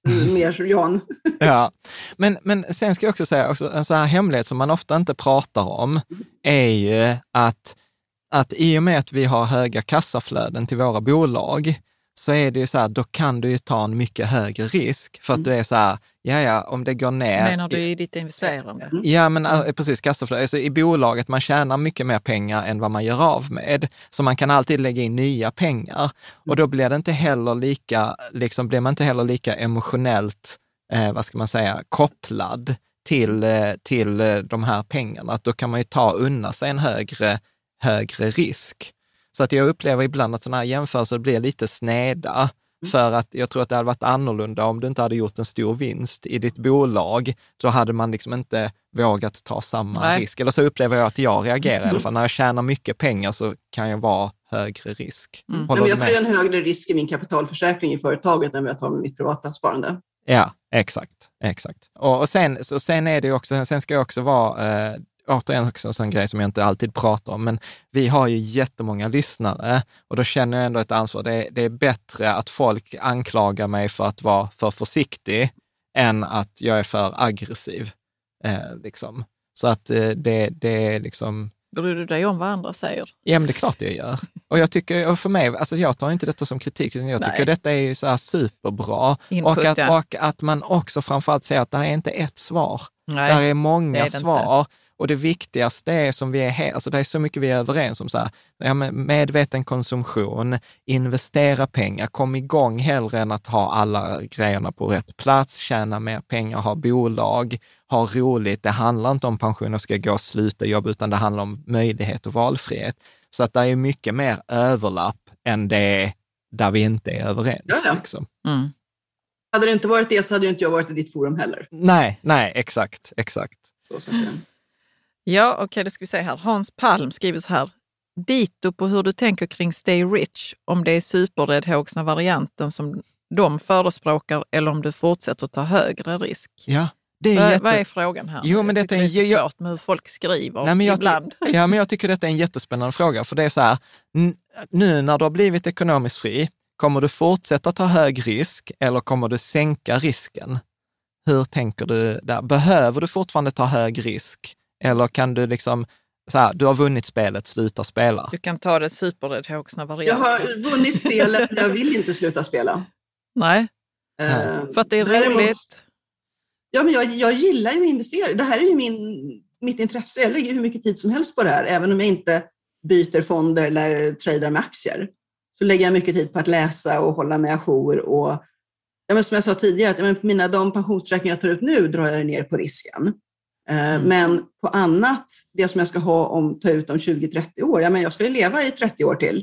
Mer Jan. Ja, men, men sen ska jag också säga, också, en sån här hemlighet som man ofta inte pratar om är ju att att i och med att vi har höga kassaflöden till våra bolag, så är det ju så här, då kan du ju ta en mycket högre risk, för att mm. du är så här, ja ja, om det går ner... Menar du i ditt investerande? Ja, men äh, precis, kassaflöde. Alltså, i bolaget man tjänar mycket mer pengar än vad man gör av med, så man kan alltid lägga in nya pengar, och då blir det inte heller lika, liksom blir man inte heller lika emotionellt, eh, vad ska man säga, kopplad till, eh, till eh, de här pengarna, att då kan man ju ta undan sig en högre högre risk. Så att jag upplever ibland att sådana här jämförelser blir lite sneda, mm. för att jag tror att det hade varit annorlunda om du inte hade gjort en stor vinst i ditt bolag, så hade man liksom inte vågat ta samma Nej. risk. Eller så upplever jag att jag reagerar mm. i alla fall. När jag tjänar mycket pengar så kan jag vara högre risk. Mm. Men jag tar en högre risk i min kapitalförsäkring i företaget än vad jag tar med mitt privata sparande. Ja, exakt. exakt. Och, och sen, så, sen är det också, sen ska jag också vara... Eh, återigen också en sån grej som jag inte alltid pratar om, men vi har ju jättemånga lyssnare, och då känner jag ändå ett ansvar. Det är, det är bättre att folk anklagar mig för att vara för försiktig än att jag är för aggressiv. Eh, liksom. Så att eh, det, det är liksom... Bryr du dig om vad andra säger? Ja, men det är klart jag gör. Och jag tycker, och för mig, alltså jag tar inte detta som kritik, utan jag tycker Nej. detta är ju så här superbra. Input, och, att, ja. och att man också framförallt säger att det här är inte ett svar. Nej, det är många är svar. Inte. Och det viktigaste är som vi är här, alltså det är så mycket vi är överens om så här, ja, medveten konsumtion, investera pengar, kom igång hellre än att ha alla grejerna på rätt plats, tjäna mer pengar, ha bolag, ha roligt. Det handlar inte om pensioner ska gå och sluta jobb, utan det handlar om möjlighet och valfrihet. Så att det är mycket mer överlapp än det där vi inte är överens. Ja, ja. Liksom. Mm. Hade det inte varit det så hade ju inte jag varit i ditt forum heller. Nej, nej, exakt, exakt. Så, så att det... Ja, okej, okay, det ska vi se här. Hans Palm skriver så här. Dito på hur du tänker kring Stay Rich, om det är superräddhågsna varianten som de förespråkar eller om du fortsätter ta högre risk. Ja, det är vad, jätte... vad är frågan här? Jo, men det är så jag... svårt med hur folk skriver. Nej, men jag ibland. Ty... Ja, men jag tycker detta är en jättespännande fråga, för det är så här, n- nu när du har blivit ekonomiskt fri, kommer du fortsätta ta hög risk eller kommer du sänka risken? Hur tänker du där? Behöver du fortfarande ta hög risk? Eller kan du liksom, så här, du har vunnit spelet, sluta spela? Du kan ta det superräddhågsna varianten. Jag har vunnit spelet, men jag vill inte sluta spela. Nej, uh, för att det är roligt. Ja, men jag, jag gillar ju att investera. Det här är ju min, mitt intresse. Jag lägger hur mycket tid som helst på det här. Även om jag inte byter fonder eller tradar med aktier. Så lägger jag mycket tid på att läsa och hålla mig ajour. Och, ja, men som jag sa tidigare, att ja, men på mina, de pensionsförsäkringar jag tar ut nu drar jag ner på risken. Mm. Men på annat, det som jag ska ha om, ta ut om tjugo till trettio år, ja, men jag ska ju leva i trettio år till.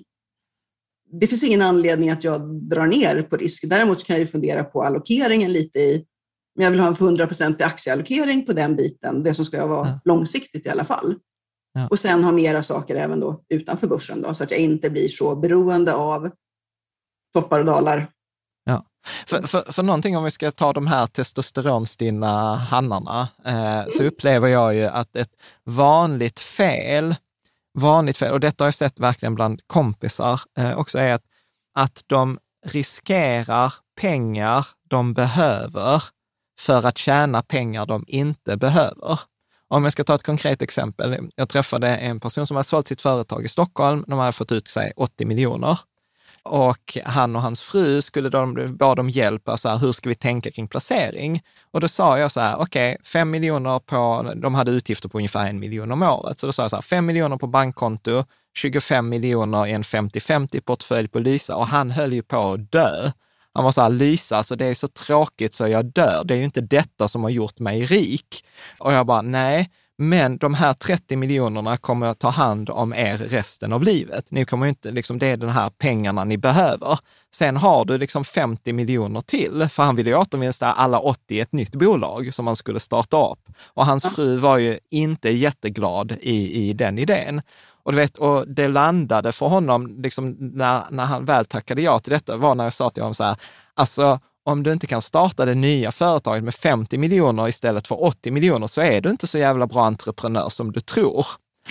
Det finns ingen anledning att jag drar ner på risk. Däremot kan jag ju fundera på allokeringen lite i, men jag vill ha en hundra procent aktieallokering på den biten, det som ska vara mm. långsiktigt i alla fall. Ja. Och sen ha mera saker även då utanför börsen då, så att jag inte blir så beroende av toppar och dalar. Ja. För, för, för någonting, om vi ska ta de här testosteronstinna hannarna, eh, så upplever jag ju att ett vanligt fel, vanligt fel, och detta har jag sett verkligen bland kompisar eh, också, är att, att de riskerar pengar de behöver för att tjäna pengar de inte behöver. Om jag ska ta ett konkret exempel. Jag träffade en person som hade sålt sitt företag i Stockholm. De hade fått ut sig åttio miljoner. Och han och hans fru skulle de, bad om hjälp. Så här, hur ska vi tänka kring placering? Och då sa jag så här, okej, okay, fem miljoner på, de hade utgifter på ungefär en miljon om året. Så då sa jag så här, fem miljoner på bankkonto, tjugofem miljoner i en femtio femtio portfölj på Lysa. Och han höll ju på att dö. Han var så här, Lysa, alltså det är så tråkigt så jag dör. Det är ju inte detta som har gjort mig rik. Och jag bara, nej, men de här trettio miljonerna kommer att ta hand om er resten av livet. Ni kommer inte, liksom, det är den här pengarna ni behöver. Sen har du liksom femtio miljoner till, för han ville ju återvinsta alla åttio i ett nytt bolag som han skulle starta upp. Och hans fru var ju inte jätteglad i, i den idén. Och, du vet, och det landade för honom, liksom, när, när han väl tackade ja till detta, var när jag sa till honom så här, alltså om du inte kan starta det nya företaget med femtio miljoner istället för åttio miljoner så är du inte så jävla bra entreprenör som du tror.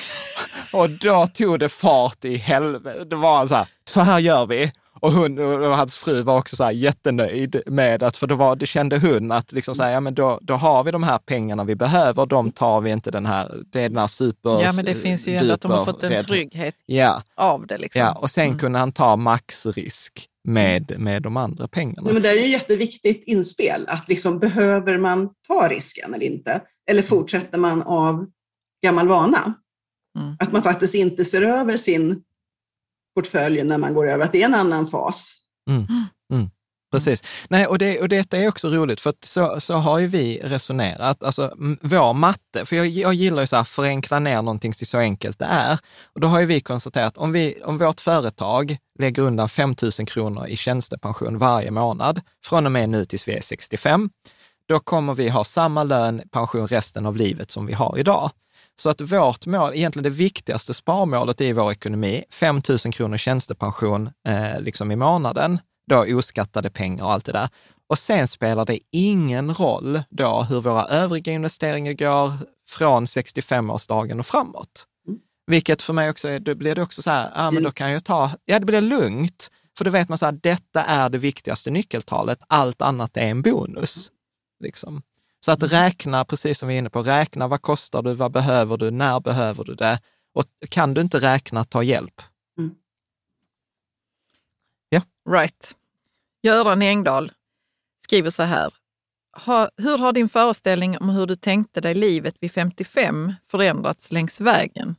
Och då tog det fart i helvete. Det var så här, så här gör vi. Och hon och hans fru var också så här jättenöjd med att, för då var, det kände hon att liksom så här, ja, men då, då har vi de här pengarna vi behöver, de tar vi inte den här, det är den här super... Ja, men det finns ju ändå att de har fått en trygghet ja. av det. Liksom. Ja, och sen mm. kunde han ta maxrisk med, med de andra pengarna. Ja, men det är ju ett jätteviktigt inspel, att liksom, behöver man ta risken eller inte? Eller fortsätter man av gammal vana? Mm. Att man faktiskt inte ser över sin portfölj när man går över, att det är en annan fas. Mm. Mm. Precis. Nej, och, det, och detta är också roligt, för att så, så har ju vi resonerat, alltså vår matte, för jag, jag gillar ju så här förenkla ner någonting till så enkelt det är, och då har ju vi konstaterat, om, vi, om vårt företag lägger undan fem tusen kronor i tjänstepension varje månad, från och med nu tills vi är sextiofem, då kommer vi ha samma lön, pension resten av livet som vi har idag. Så att vårt mål, egentligen det viktigaste sparmålet i vår ekonomi, fem tusen kronor tjänstepension eh, liksom i månaden, då oskattade pengar och allt det där. Och sen spelar det ingen roll då hur våra övriga investeringar går från sextiofemårsdagen och framåt. Mm. Vilket för mig också är, då blir det också så här, ja men då kan jag ta, ja det blir lugnt, för då vet man så här, detta är det viktigaste nyckeltalet, allt annat är en bonus. Liksom. Så att räkna, precis som vi är inne på, räkna vad kostar du, vad behöver du, när behöver du det, och kan du inte räkna, ta hjälp. Mm. Ja. Right. Göran Engdahl skriver så här. Ha, hur har din föreställning om hur du tänkte dig livet vid femtiofem förändrats längs vägen?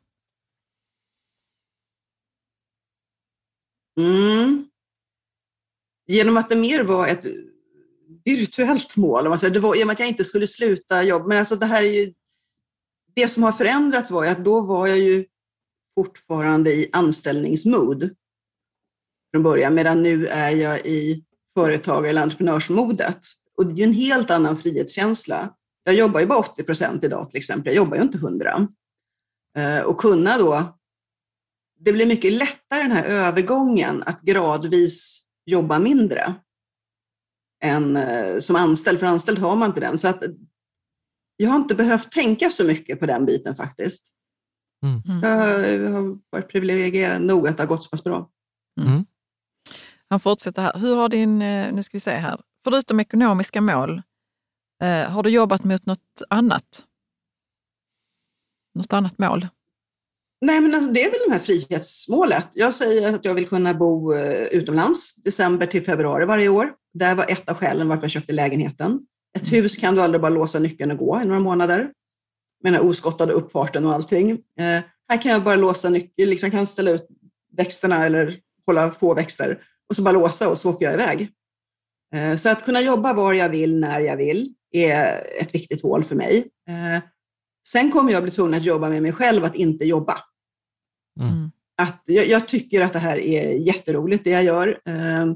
Mm. Genom att det mer var ett virtuellt mål. Om det var, i och med att jag inte skulle sluta jobba. Men alltså det här är ju, det som har förändrats var ju att då var jag ju fortfarande i anställningsmod från början, medan nu är jag i företag- eller entreprenörsmodet. Och det är ju en helt annan frihetskänsla. Jag jobbar ju bara åttio procent idag till exempel. Jag jobbar ju inte hundra. Och kunna då, det blir mycket lättare den här övergången att gradvis jobba mindre än som anställd. För anställd har man inte den. Så att jag har inte behövt tänka så mycket på den biten faktiskt. Mm. Jag har varit privilegierad nog att det har gått så pass bra. Mm. Han fortsätter här. Hur har din, nu ska vi se här, förutom ekonomiska mål, eh, har du jobbat mot något annat? Något annat mål? Nej, men alltså, det är väl det här frihetsmålet. Jag säger att jag vill kunna bo eh, utomlands december till februari varje år. Det var ett av skälen varför jag köpte lägenheten. Ett hus kan du aldrig bara låsa nyckeln och gå i några månader. Med den här oskottade uppfarten och allting. Eh, här kan jag bara låsa nyckeln, liksom kan ställa ut växterna eller hålla få växter. Och så bara låsa och så åker jag iväg. Eh, så att kunna jobba var jag vill, när jag vill, är ett viktigt mål för mig. Eh, sen kommer jag bli tvungen att jobba med mig själv att inte jobba. Mm. Att jag, jag tycker att det här är jätteroligt det jag gör. Eh,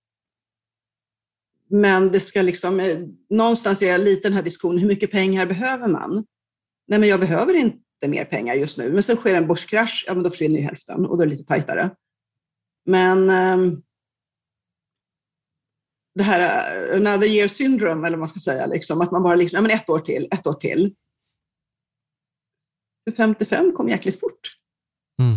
men det ska liksom, eh, någonstans är jag lite den här diskussionen, hur mycket pengar behöver man? Nej, men jag behöver inte jättemer pengar just nu. Men sen sker en börskrasch, ja men då försvinner ju hälften och då är det lite tajtare. Men um, det här another year syndrome, eller vad man ska säga, liksom, att man bara liksom, ja men ett år till, ett år till. För femtiofem kom jäkligt fort. Mm.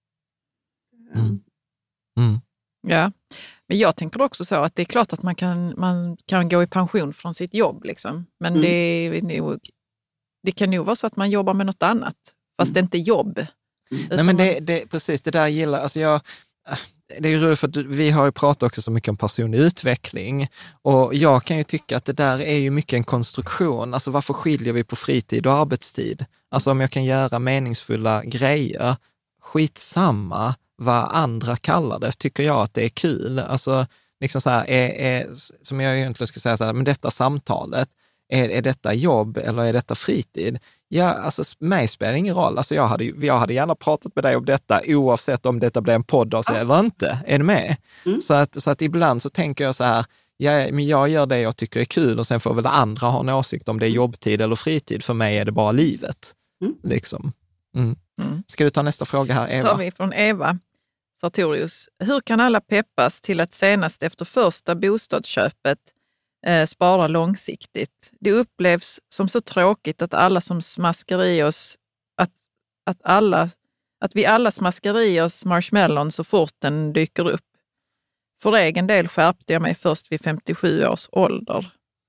Mm. Mm. Ja, men jag tänker också så att det är klart att man kan, man kan gå i pension från sitt jobb. Liksom. Men mm. det, är nog, det kan nog vara så att man jobbar med något annat, fast mm. det är inte jobb. Mm. Nej, men det, det, precis, det där gillar, alltså jag, det är ju roligt för att vi har ju pratat också så mycket om personlig utveckling och jag kan ju tycka att det där är ju mycket en konstruktion. Alltså varför skiljer vi på fritid och arbetstid? Alltså om jag kan göra meningsfulla grejer, skitsamma vad andra kallar det, tycker jag att det är kul. Alltså liksom så här, är, är, som jag egentligen skulle säga så här, men detta samtalet, är, är detta jobb eller är detta fritid? Ja, alltså mig spelar ingen roll. Alltså jag hade, jag hade gärna pratat med dig om detta oavsett om detta blir en podd av sig eller inte. Är du med? Mm. Så, att, så att ibland så tänker jag så här, ja, men jag gör det jag tycker är kul och sen får väl andra ha en åsikt om det är jobbtid eller fritid. För mig är det bara livet. Mm. Liksom. Mm. Mm. Ska du ta nästa fråga här, Eva? Tar vi från Eva Sartorius. Hur kan alla peppas till att senast efter första bostadsköpet eh, spara långsiktigt? Det upplevs som så tråkigt att alla som smaskar i oss att, att, alla, att vi alla smaskar i oss marshmallon så fort den dyker upp. För egen del skärpte jag mig först vid femtiosju års ålder.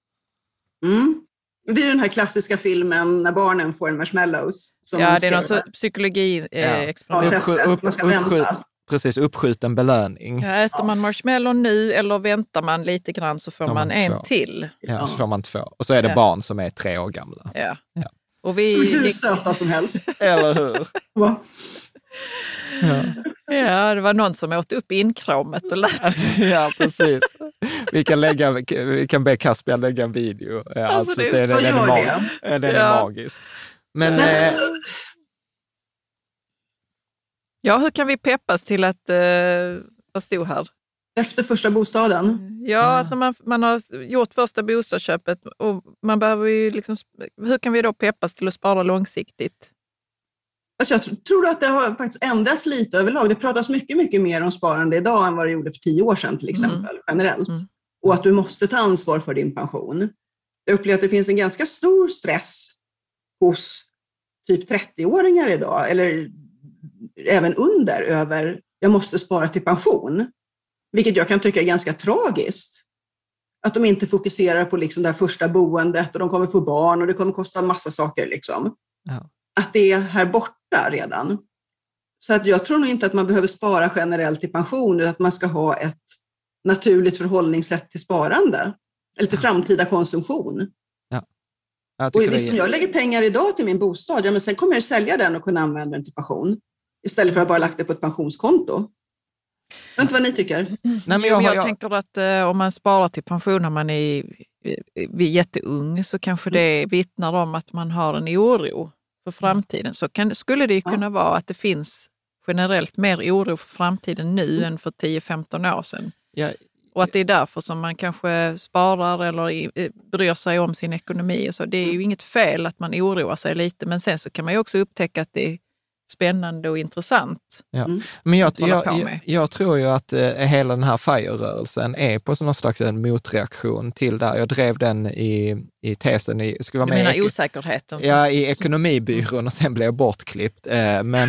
Mm. Det är den här klassiska filmen när barnen får en marshmallows. Som ja, det är någon så psykologi-experiment. Eh, ja. Upp, upp, upp, precis, uppskjuten belöning. Ja, äter man marshmallow nu eller väntar man lite grann så får, får man, man en till. Ja, ja, så får man två. Och så är det ja. barn som är tre år gamla. Ja. Ja. Och vi, så hur söta som helst. Eller hur? Va? Ja. Ja, det var någon som åt upp inkråmet och lät. Ja, precis. Vi kan, lägga, vi kan be Caspian lägga en video. Ja, alltså, alltså det, det, det, den är, mag, den är ja. magisk. Men... Nej, eh, ja, hur kan vi peppas till att... Eh, vad stod här? Efter första bostaden? Ja, att när man, man har gjort första bostadsköpet och man behöver ju liksom... Hur kan vi då peppas till att spara långsiktigt? Alltså jag tror att det har faktiskt ändrats lite överlag. Det pratas mycket, mycket mer om sparande idag än vad det gjorde för tio år sedan till exempel, mm. generellt. Mm. Och att du måste ta ansvar för din pension. Jag upplever att det finns en ganska stor stress hos typ trettio-åringar idag, eller även under, över jag måste spara till pension. Vilket jag kan tycka är ganska tragiskt. Att de inte fokuserar på liksom det här första boendet och de kommer få barn och det kommer kosta massa saker. Liksom. Ja. Att det är här borta redan. Så att jag tror nog inte att man behöver spara generellt till pension, utan att man ska ha ett naturligt förhållningssätt till sparande. Eller till framtida konsumtion. Ja. Jag och visst, om jag lägger pengar idag till min bostad, ja, men sen kommer jag sälja den och kunna använda den till pension. Istället för att bara lagt det på ett pensionskonto. Jag vet inte vad ni tycker. Nej, men jag, jag, jag tänker att eh, om man sparar till pension när man är, är jätteung, så kanske det vittnar om att man har en oro för framtiden. Så kan, skulle det ju kunna ja. vara att det finns generellt mer oro för framtiden nu mm. än för tio femton år sedan. Ja. Och att det är därför som man kanske sparar eller bryr sig om sin ekonomi. Och så. Det är ju inget fel att man oroar sig lite, men sen så kan man ju också upptäcka att det är spännande och intressant. Ja. Mm. Men jag, jag, jag, jag tror ju att eh, hela den här FIRE-rörelsen är på någon slags en motreaktion till där. Jag drev den i, i tesen. I, skulle vara du med menar i, osäkerheten? Som, ja, i ekonomibyrån och sen blev jag bortklippt. Eh, men,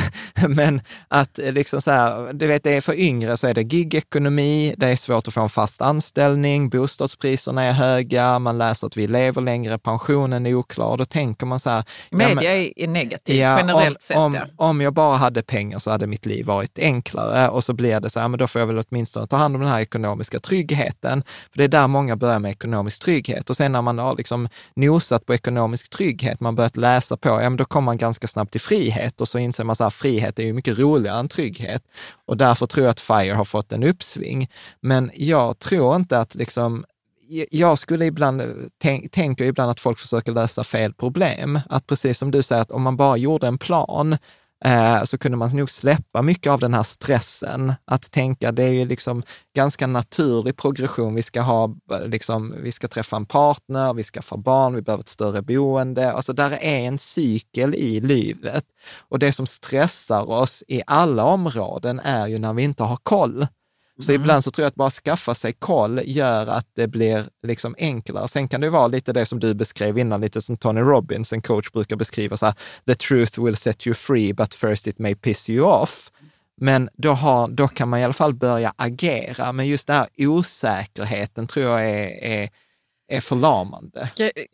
men att liksom så här, du vet, det är för yngre så är det gigekonomi, det är svårt att få en fast anställning, bostadspriserna är höga, man läser att vi lever längre, pensionen är oklar. Då tänker man så här... Media ja, men, är negativ, ja, generellt om, sett. Om, ja. om jag bara hade pengar så hade mitt liv varit enklare, och så blir det så här, men då får jag väl åtminstone ta hand om den här ekonomiska tryggheten. För det är där många börjar med ekonomisk trygghet. Och sen när man har liksom nosat på ekonomisk trygghet, man börjat läsa på, ja, men då kommer man ganska snabbt till frihet, och så inser man så här, frihet är ju mycket roligare än trygghet. Och därför tror jag att FIRE har fått en uppsving. Men jag tror inte att liksom, jag skulle ibland, tänk, tänker ibland att folk försöker lösa fel problem. Att precis som du säger, att om man bara gjorde en plan, eh, så kunde man nog släppa mycket av den här stressen. Att tänka, det är ju liksom ganska naturlig progression. Vi ska ha, liksom, vi ska träffa en partner, vi ska få barn, vi behöver ett större boende. Alltså där är en cykel i livet. Och det som stressar oss i alla områden är ju när vi inte har koll. Så mm. ibland så tror jag att bara skaffa sig koll gör att det blir liksom enklare. Sen kan det vara lite det som du beskrev innan, lite som Tony Robbins, en coach, brukar beskriva så här: the truth will set you free, but first it may piss you off. Men då, har, då kan man i alla fall börja agera. Men just den här osäkerheten tror jag är, är, är förlamande.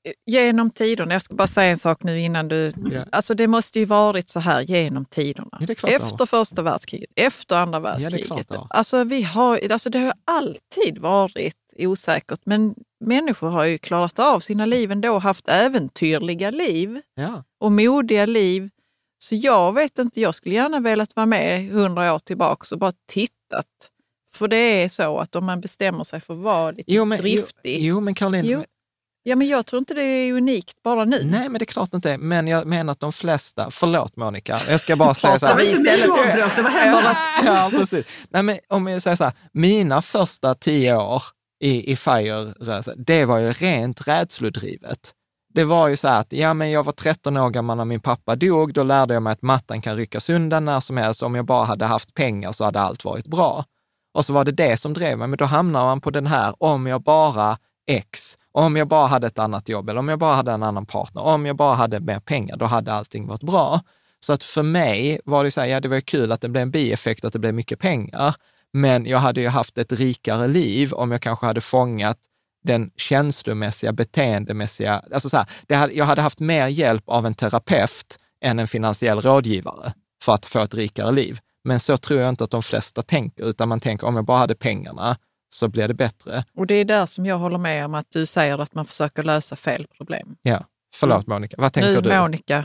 Genom tiderna, jag ska bara säga en sak nu innan du... Ja. Alltså det måste ju varit så här genom tiderna. Ja, efter första världskriget, efter andra världskriget. Ja, alltså, vi har, alltså det har alltid varit osäkert, men människor har ju klarat av sina liv ändå, haft äventyrliga liv ja. och modiga liv. Så jag vet inte, jag skulle gärna velat vara med hundra år tillbaka och bara tittat. För det är så att om man bestämmer sig för att vara lite jo, men, driftig. Jo, jo men Caroline... Jo. Ja, men jag tror inte det är unikt bara nu. Nej, men det är klart inte. Men jag menar att de flesta... Förlåt, Monica. Jag ska bara säga så här. Vi istället. Det var hemma. Ja, precis. Nej, men om jag säger så här. Mina första tio år i, i FIRE-rörelsen, det var ju rent rädslodrivet. Det var ju så här att ja, men jag var tretton år gammal när min pappa dog. Då lärde jag mig att mattan kan ryckas undan när som helst. Om jag bara hade haft pengar så hade allt varit bra. Och så var det det som drev mig. Men då hamnar man på den här, om jag bara X, om jag bara hade ett annat jobb, eller om jag bara hade en annan partner, om jag bara hade mer pengar, då hade allting varit bra. Så att för mig var det så här, ja, det var ju kul att det blev en bieffekt, att det blev mycket pengar. Men jag hade ju haft ett rikare liv om jag kanske hade fångat den känslomässiga, beteendemässiga, alltså så här, det hade, jag hade haft mer hjälp av en terapeut än en finansiell rådgivare för att få ett rikare liv. Men så tror jag inte att de flesta tänker, utan man tänker om jag bara hade pengarna så blir det bättre. Och det är där som jag håller med om att du säger att man försöker lösa fel problem. Ja, förlåt Monica. Vad tänker nu, du? Monica.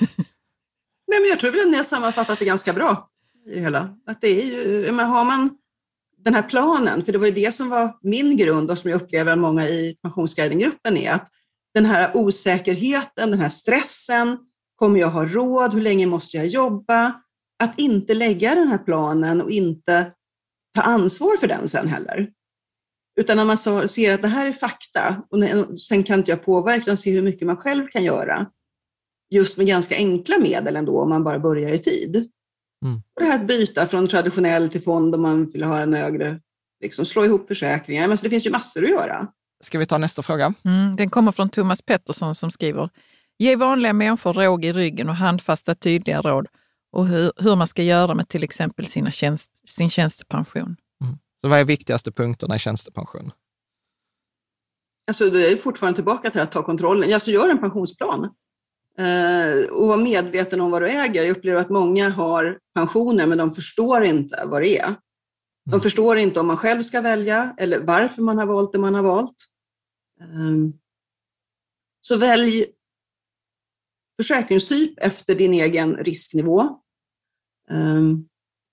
Nej, men jag tror att ni har sammanfattat det ganska bra i hela. Att det är ju, men har man den här planen, för det var ju det som var min grund och som jag upplever att många i pensionsguidinggruppen är, att den här osäkerheten, den här stressen, kommer jag ha råd, hur länge måste jag jobba? Att inte lägga den här planen och inte ta ansvar för den sen heller. Utan när man så, ser att det här är fakta och sen kan inte jag påverka och se hur mycket man själv kan göra. Just med ganska enkla medel ändå om man bara börjar i tid. Mm. Och det här att byta från traditionell till fond om man vill ha en högre, liksom slå ihop försäkringar. Men så det finns ju massor att göra. Ska vi ta nästa fråga? Mm, den kommer från Thomas Pettersson som skriver: ge vanliga människor råg i ryggen och handfasta tydliga råd och hur, hur man ska göra med till exempel sina tjänst, sin tjänstepension. Mm. Så vad är viktigaste punkterna i tjänstepension? Alltså det är fortfarande tillbaka till att ta kontrollen. Alltså gör en pensionsplan. Uh, och vara medveten om vad du äger. Jag upplever att många har pensioner men de förstår inte vad det är. De mm. förstår inte om man själv ska välja eller varför man har valt det man har valt. Um, så välj försäkringstyp efter din egen risknivå. Um,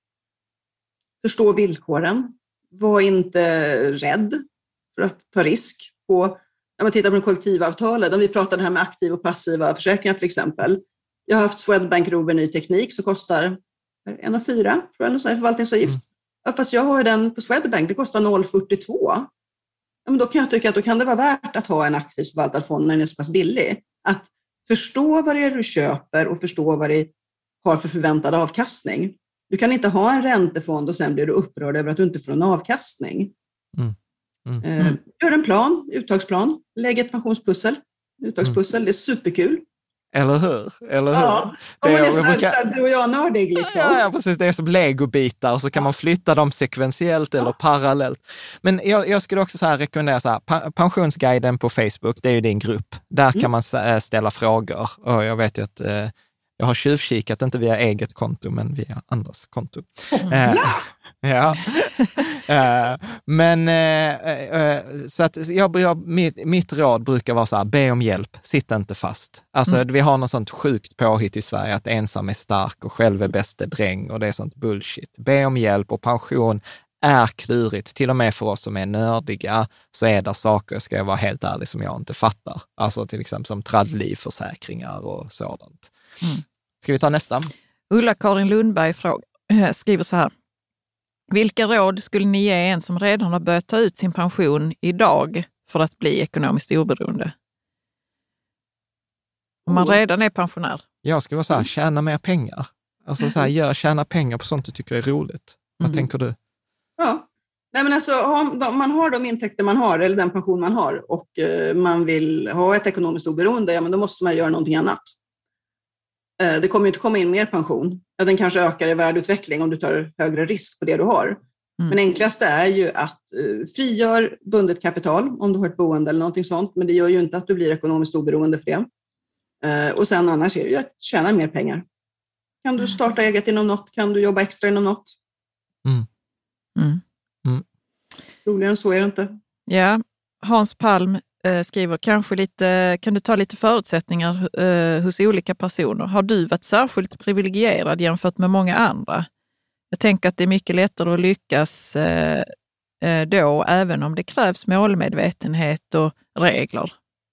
förstå villkoren. Var inte rädd för att ta risk på. När man tittar på de kollektivavtalet, om vi pratar det här med aktiva och passiva försäkringar till exempel. Jag har haft Swedbank Robur Ny Teknik som kostar en av fyra, tror jag, en förvaltningsavgift. Mm. Ja, fast jag har den på Swedbank, det kostar noll komma fyrtiotvå. Ja, men då kan jag tycka att då kan det vara värt att ha en aktivt förvaltad fond när den är så pass billig. Att förstå vad det är du köper och förstå vad det har för förväntad avkastning. Du kan inte ha en räntefond och sen blir du upprörd över att du inte får en avkastning. Mm. Mm. Mm. Gör en plan, uttagsplan, lägg ett pensionspussel. Uttagspussel, mm. det är superkul. Eller hur? Eller hur? Ja, om man är snarare du och jag nördig liksom. Ja, ja, precis. Det är som legobitar och så kan man flytta dem sekventiellt eller ja. parallellt. Men jag, jag skulle också så här rekommendera så här, pensionsguiden på Facebook, det är ju din grupp. Där mm. kan man ställa frågor och jag vet ju att eh, jag har tjuvkikat, inte via eget konto, men via andras konto. Oh, eh, ja. eh, men eh, eh, så att jag, jag, mitt, mitt råd brukar vara så här, be om hjälp, sitt inte fast. Alltså mm. vi har något sånt sjukt påhitt i Sverige att ensam är stark och själv är bäste dräng och det är sånt bullshit. Be om hjälp, och pension är klurigt. Till och med för oss som är nördiga så är det saker, ska jag vara helt ärlig, som jag inte fattar. Alltså till exempel som tradlivförsäkringar och sådant. Mm. Ska vi ta nästa? Ulla-Karin Lundberg fråga, skriver så här. Vilka råd skulle ni ge en som redan har börjat ta ut sin pension idag för att bli ekonomiskt oberoende? Om man redan är pensionär. Jag skulle vara så här, tjäna mer pengar. Alltså så här, gör, tjäna pengar på sånt du tycker är roligt. Vad mm. tänker du? Ja, nej men alltså om man har de intäkter man har eller den pension man har och man vill ha ett ekonomiskt oberoende, ja men då måste man göra någonting annat. Det kommer ju inte komma in mer pension. Den kanske ökar i värdeutveckling om du tar högre risk på det du har. Mm. Men enklaste är ju att frigör bundet kapital om du har ett boende eller någonting sånt. Men det gör ju inte att du blir ekonomiskt oberoende för det. Och sen annars är det ju att tjäna mer pengar. Kan du starta eget inom något? Kan du jobba extra inom något? Mm. Mm. Mm. Roligare än så är det inte. Ja, Hans Palm eh, skriver kanske lite, kan du ta lite förutsättningar eh, hos olika personer? Har du varit särskilt privilegierad jämfört med många andra? Jag tänker att det är mycket lättare att lyckas eh, då, även om det krävs målmedvetenhet och regler.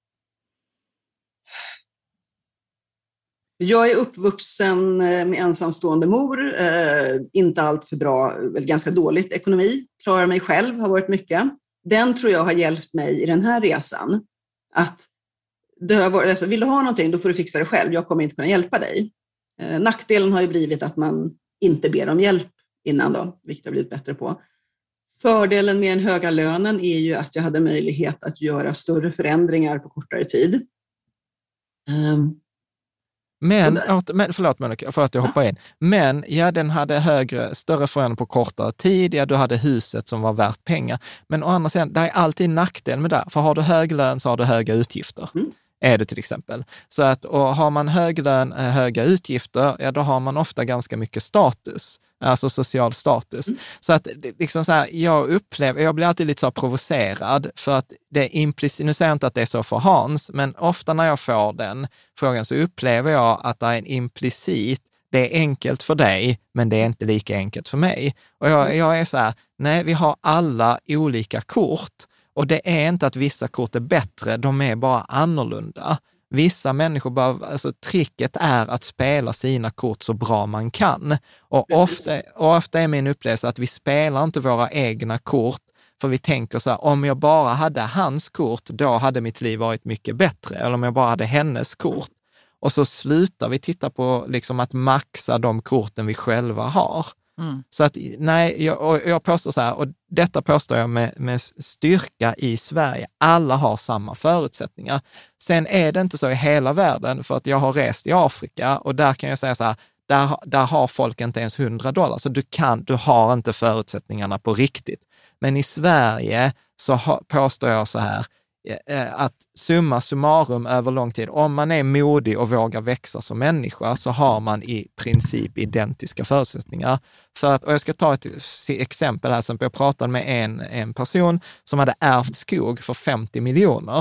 Jag är uppvuxen med ensamstående mor, eh, inte allt för bra, eller ganska dåligt ekonomi, klarar mig själv, har varit mycket. Den tror jag har hjälpt mig i den här resan. Att det har varit, alltså, vill du ha någonting, då får du fixa det själv, jag kommer inte kunna hjälpa dig. Eh, nackdelen har ju blivit att man inte ber om hjälp innan då, vilket jag har blivit bättre på. Fördelen med den höga lönen är ju att jag hade möjlighet att göra större förändringar på kortare tid. Um, Men, men förlåt Monica, för att jag hoppar in. Men ja, den hade högre, större förändring på kortare tid. Ja, du hade huset som var värt pengar. Men å andra sidan, det är alltid nackdel med det. För har du hög lön så har du höga utgifter. Mm. Är det till exempel. Så att, och har man hög lön, höga utgifter, ja då har man ofta ganska mycket status. Alltså social status. Mm. Så att liksom så här, jag upplever, jag blir alltid lite så provocerad för att det är implicit, nu säger jag inte att det är så för Hans, men ofta när jag får den frågan så upplever jag att det är en implicit, det är enkelt för dig, men det är inte lika enkelt för mig. Och jag, jag är så här, nej vi har alla olika kort och det är inte att vissa kort är bättre, de är bara annorlunda. Vissa människor bara, alltså tricket är att spela sina kort så bra man kan. Och ofta, och ofta är min upplevelse att vi spelar inte våra egna kort för vi tänker så här, om jag bara hade hans kort, då hade mitt liv varit mycket bättre. Eller om jag bara hade hennes kort. Och så slutar vi titta på liksom att maxa de korten vi själva har. Mm. Så att, nej, jag, jag påstår så här, och detta påstår jag med, med styrka i Sverige. Alla har samma förutsättningar. Sen är det inte så i hela världen, för att jag har rest i Afrika och där kan jag säga så här, där, där har folk inte ens hundra dollar. Så du, kan, du har inte förutsättningarna på riktigt. Men i Sverige så ha, påstår jag så här, att summa summarum över lång tid, om man är modig och vågar växa som människa så har man i princip identiska förutsättningar. För att, och jag ska ta ett exempel här, som jag pratade med en, en person som hade ärvt skog för femtio miljoner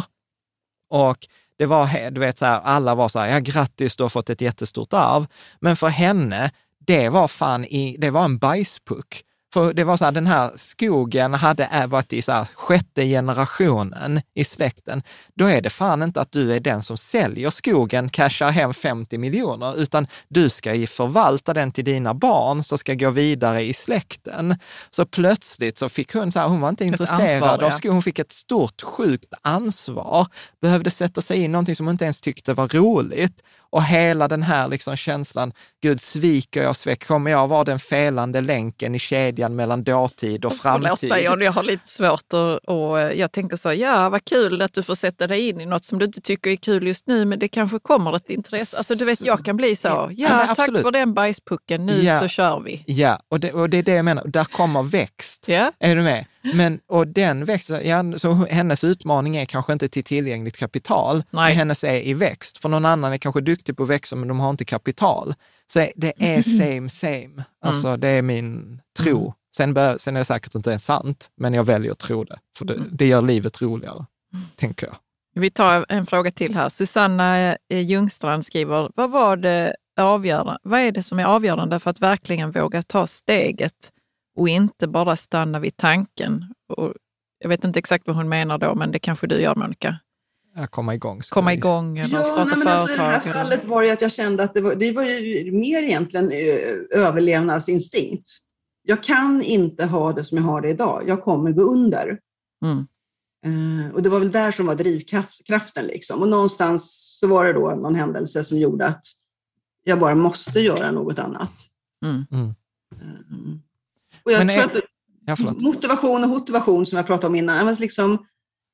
och det var, du vet så här, alla var så här, ja grattis, du har fått ett jättestort arv, men för henne, det var fan i, det var en bajspuck. För det var så här, den här skogen hade varit i så här sjätte generationen i släkten. Då är det fan inte att du är den som säljer skogen, cashar hem femtio miljoner, utan du ska ju förvalta den till dina barn som ska gå vidare i släkten. Så plötsligt så fick hon så här, hon var inte ett intresserad ansvar, ja. av skog. Hon fick ett stort, sjukt ansvar. Behövde sätta sig in någonting som hon inte ens tyckte var roligt. Och hela den här liksom känslan, Gud sviker jag sväck, kommer jag vara den felande länken i kedjan mellan dåtid och framtid? Förlåt mig om jag har lite svårt och, och jag tänker så, ja vad kul att du får sätta dig in i något som du inte tycker är kul just nu, men det kanske kommer ett intresse. Alltså du vet, jag kan bli så, ja, ja tack för den bajspucken, nu ja. så kör vi. Ja, och det, och det är det jag menar, där kommer växt. Ja. Är du med? Men, och den växer, ja, så hennes utmaning är kanske inte till tillgängligt kapital, Nej. men hennes är i växt. För någon annan är kanske duktig på att växa, men de har inte kapital. Så det är same, same. Alltså mm. det är min tro. Mm. Sen, bör, sen är det säkert inte sant, men jag väljer att tro det. För det, det gör livet roligare, mm. tänker jag. Vi tar en fråga till här. Susanna Ljungstrand skriver, vad var det avgörande? Vad är det som är avgörande för att verkligen våga ta steget och inte bara stanna vid tanken? Och jag vet inte exakt vad hon menar då, men det kanske du gör, Monica. Ja, komma igång. Komma igång eller ja, starta nej, men företag. Alltså, I det här eller... fallet var det att jag kände att det var, det var ju mer egentligen överlevnadsinstinkt. Jag kan inte ha det som jag har det idag. Jag kommer gå under. Mm. Uh, och det var väl där som var drivkraften. Liksom. Och någonstans så var det då någon händelse som gjorde att jag bara måste göra något annat. Mm. Mm. Uh, och jag men tror är... att ja, motivation och motivation som jag pratade om innan, men liksom,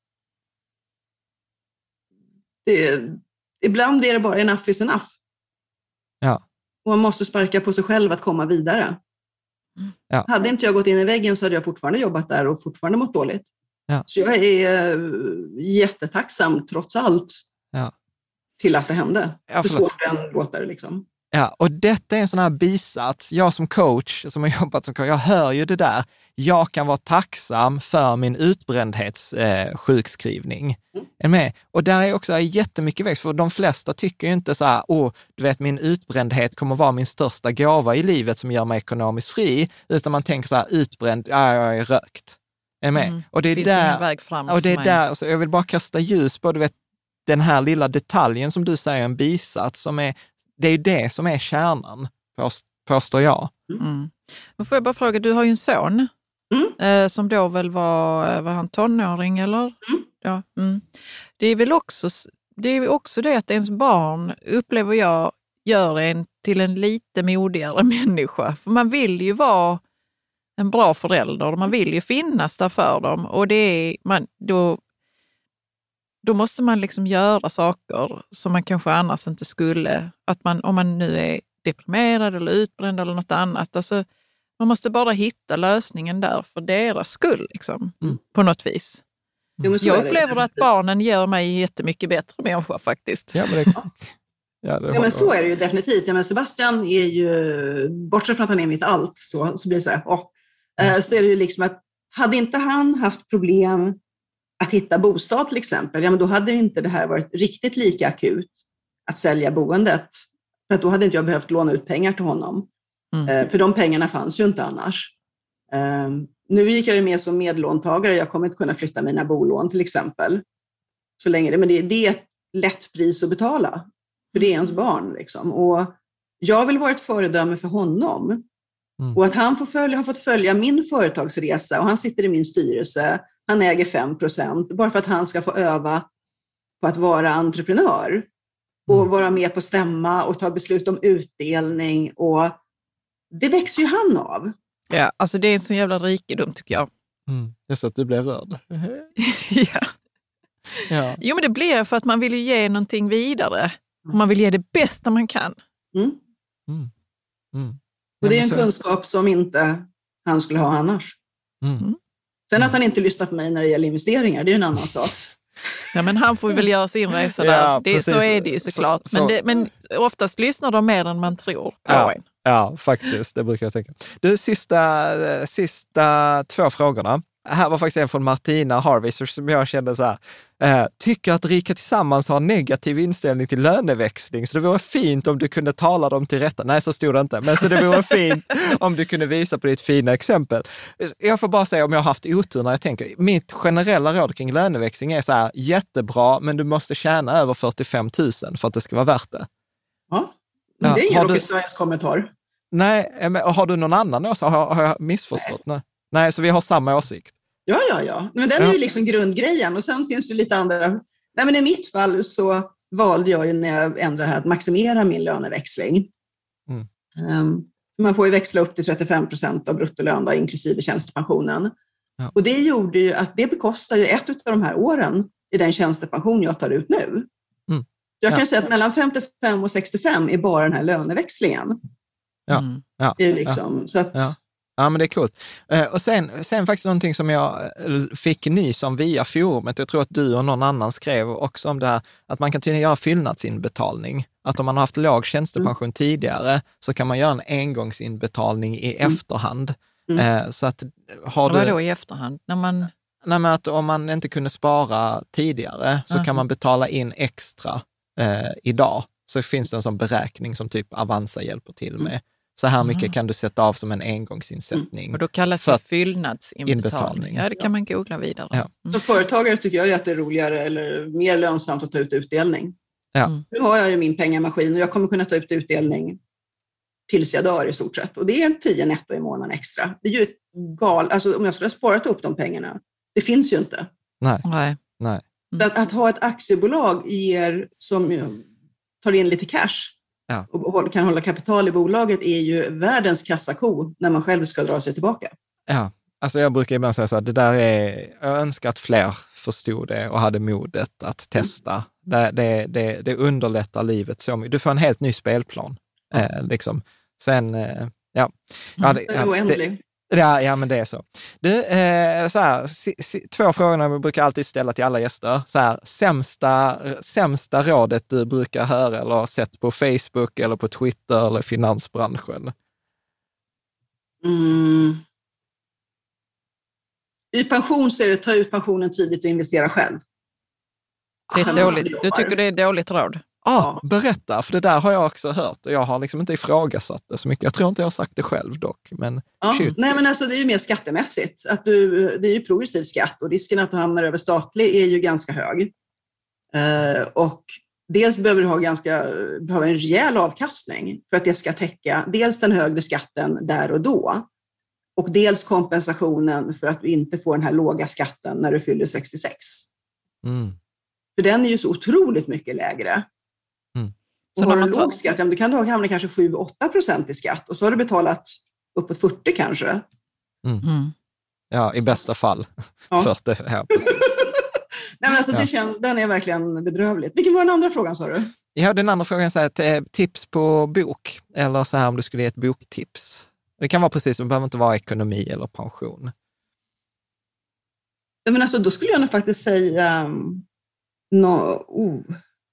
det, ibland är det bara enough is enough. Ja. Och man måste sparka på sig själv att komma vidare. Ja. Hade inte jag gått in i väggen så hade jag fortfarande jobbat där och fortfarande mått dåligt. Ja. Så jag är jättetacksam trots allt ja. till att det hände. Ja, Hur svårt det än låter liksom. Ja, och detta är en sån här bisats. Jag som coach, som har jobbat som coach, jag hör ju det där. Jag kan vara tacksam för min utbrändhetssjukskrivning. Eh, mm. med. Och där är också jättemycket växt, för de flesta tycker ju inte så här, åh, du vet, min utbrändhet kommer vara min största gåva i livet som gör mig ekonomiskt fri, utan man tänker så här, utbränd, ja, jag är rökt. Är med. Mm. Och det är finns där, ingen väg fram och det är för mig. där, alltså, jag vill bara kasta ljus på, du vet, den här lilla detaljen som du säger, en bisats som är, det är ju det som är kärnan, påstår jag. Mm. Men får jag bara fråga, du har ju en son mm. eh, som då väl var, var han tonåring eller? Mm. Ja. Mm. Det är väl också det, är också det att ens barn, upplever jag, gör en till en lite modigare människa. För man vill ju vara en bra förälder, man vill ju finnas där för dem. Och det är, man, då, då måste man liksom göra saker som man kanske annars inte skulle. Att man, om man nu är deprimerad eller utbränd eller något annat. Alltså, man måste bara hitta lösningen där för deras skull liksom, mm. på något vis. Mm. Jag upplever att barnen gör mig jättemycket bättre människa faktiskt. Ja, men, det, ja, det ja, men så är det ju definitivt. Ja, men Sebastian är ju, bortsett från att han är mitt allt, så, så blir det så här, åh, mm. så är det ju liksom att hade inte han haft problem att hitta bostad till exempel, ja, men då hade inte det här varit riktigt lika akut att sälja boendet. För att då hade inte jag behövt låna ut pengar till honom. Mm. För de pengarna fanns ju inte annars. Um, nu gick jag ju med som medlåntagare. Jag kommer inte kunna flytta mina bolån till exempel. Så länge det, men det, det är ett lätt pris att betala. För det är ens barn. Liksom. Och jag vill vara ett föredöme för honom. Mm. Och att han får följa, har fått följa min företagsresa. Och han sitter i min styrelse. Han äger fem procent. Bara för att han ska få öva på att vara entreprenör. Och vara med på stämma och ta beslut om utdelning. Och det växer ju han av. Ja, alltså det är en sån jävla rikedom tycker jag. Mm. Det är så att du blev rörd. ja. ja. Jo, men det blir för att man vill ju ge någonting vidare. Och man vill ge det bästa man kan. Mm. Mm. Mm. Och det är en kunskap som inte han skulle ha annars. Mm. Sen att han inte lyssnar på mig när det gäller investeringar, det är ju en annan sak. Ja, men han får väl göra sin resa där. Ja, det, så är det ju såklart. Så, så. Men, det, men oftast lyssnar de mer än man tror på ja, en. Ja, faktiskt. Det brukar jag tänka. Du, sista, sista två frågorna. Här var faktiskt en från Martina Harvey som jag kände så här. Eh, tycker att Rika Tillsammans har negativ inställning till löneväxling, så det vore fint om du kunde tala dem till rätta. Nej, så stod det inte. Men så det vore fint om du kunde visa på ditt fina exempel. Jag får bara säga om jag har haft otur när jag tänker. Mitt generella råd kring löneväxling är så här, jättebra, men du måste tjäna över fyrtiofem tusen för att det ska vara värt det. Ja, men det är ja, ingen rocket science kommentar. Nej, men har du någon annan åsikt? Har, har jag missförstått? Nej. Nej, så vi har samma åsikt. Ja, ja, ja. Men den är ju liksom grundgrejen. Och sen finns det lite andra. Nej, men i mitt fall så valde jag ju när jag ändrade här att maximera min löneväxling. Mm. Um, man får ju växla upp till trettiofem procent av bruttolön då, inklusive tjänstepensionen. Ja. Och det gjorde ju att det bekostar ju ett av de här åren i den tjänstepension jag tar ut nu. Mm. Jag kan ja. säga att mellan femtiofem och sextiofem är bara den här löneväxlingen. Ja. Mm. Ja. Det är liksom, ja. så att, ja. Ja, men det är coolt. Eh, och sen, sen faktiskt någonting som jag fick nys om via forumet. Jag tror att du och någon annan skrev också om det här. Att man kan tydligen göra fyllnadsinbetalning. Att om man har haft låg tjänstepension mm. tidigare så kan man göra en engångsinbetalning i mm. efterhand. Mm. Eh, så att har du... Vad då i efterhand? När man... Nej, men att om man inte kunde spara tidigare så mm. kan man betala in extra eh, idag. Så finns det en sån beräkning som typ Avanza hjälper till med. Så här mycket mm. kan du sätta av som en engångsinsättning. Mm. Och då kallas det fyllnadsinbetalning. Ja, det kan man googla vidare. Ja. Mm. Så företagare tycker jag att det är roligare eller mer lönsamt att ta ut utdelning. Ja. Mm. Nu har jag ju min pengamaskin och jag kommer kunna ta ut utdelning tills jag dör i stort sett. Och det är en tio netto i månaden extra. Det är ju gal. Alltså om jag skulle ha sparat upp de pengarna, det finns ju inte. Nej. Nej. Nej. Mm. Att, att ha ett aktiebolag ger, som tar in lite cash ja. och, och kan hålla kapital i bolaget är ju världens kassako när man själv ska dra sig tillbaka. Ja, alltså jag brukar ibland säga så här, det där är, jag önskar att fler förstod det och hade modet att testa. Mm. Det, det, det, det underlättar livet så mycket. Du får en helt ny spelplan. Eh, liksom. Sen, eh, ja. ja, det, ja det, ja, ja, men det är så. Du, eh, så här, si, si, två frågor vi brukar alltid ställa till alla gäster. Så här, sämsta, sämsta rådet du brukar höra eller sett på Facebook eller på Twitter eller finansbranschen? Mm. I pension så är det ta ut pensionen tidigt och investera själv. Det är dåligt. Du tycker det är dåligt råd? Ja, berätta, för det där har jag också hört och jag har liksom inte ifrågasatt det så mycket. Jag tror inte jag har sagt det själv dock, men ja, nej, men alltså det är ju mer skattemässigt. Att du, det är ju progressiv skatt och risken att du hamnar över statlig är ju ganska hög. Uh, och dels behöver du ha ganska, behöver en rejäl avkastning för att det ska täcka dels den högre skatten där och då och dels kompensationen för att du inte får den här låga skatten när du fyller sextiosex. Mm. För den är ju så otroligt mycket lägre. Mm. Så när man tar låg skatt, du kan hamna kanske sju till åtta procent i skatt och så har du betalat uppåt fyrtio kanske. Mm. Mm. Ja, i bästa fall. Ja. fyrtio, ja, precis. Nej, men alltså, det känns, den är verkligen bedrövligt. Vilken var den andra frågan, sa du? Ja, den andra frågan är tips på bok. Eller så här om du skulle ge ett boktips. Det kan vara precis, det behöver inte vara ekonomi eller pension. Ja, men alltså, då skulle jag nog faktiskt säga um, no, oh.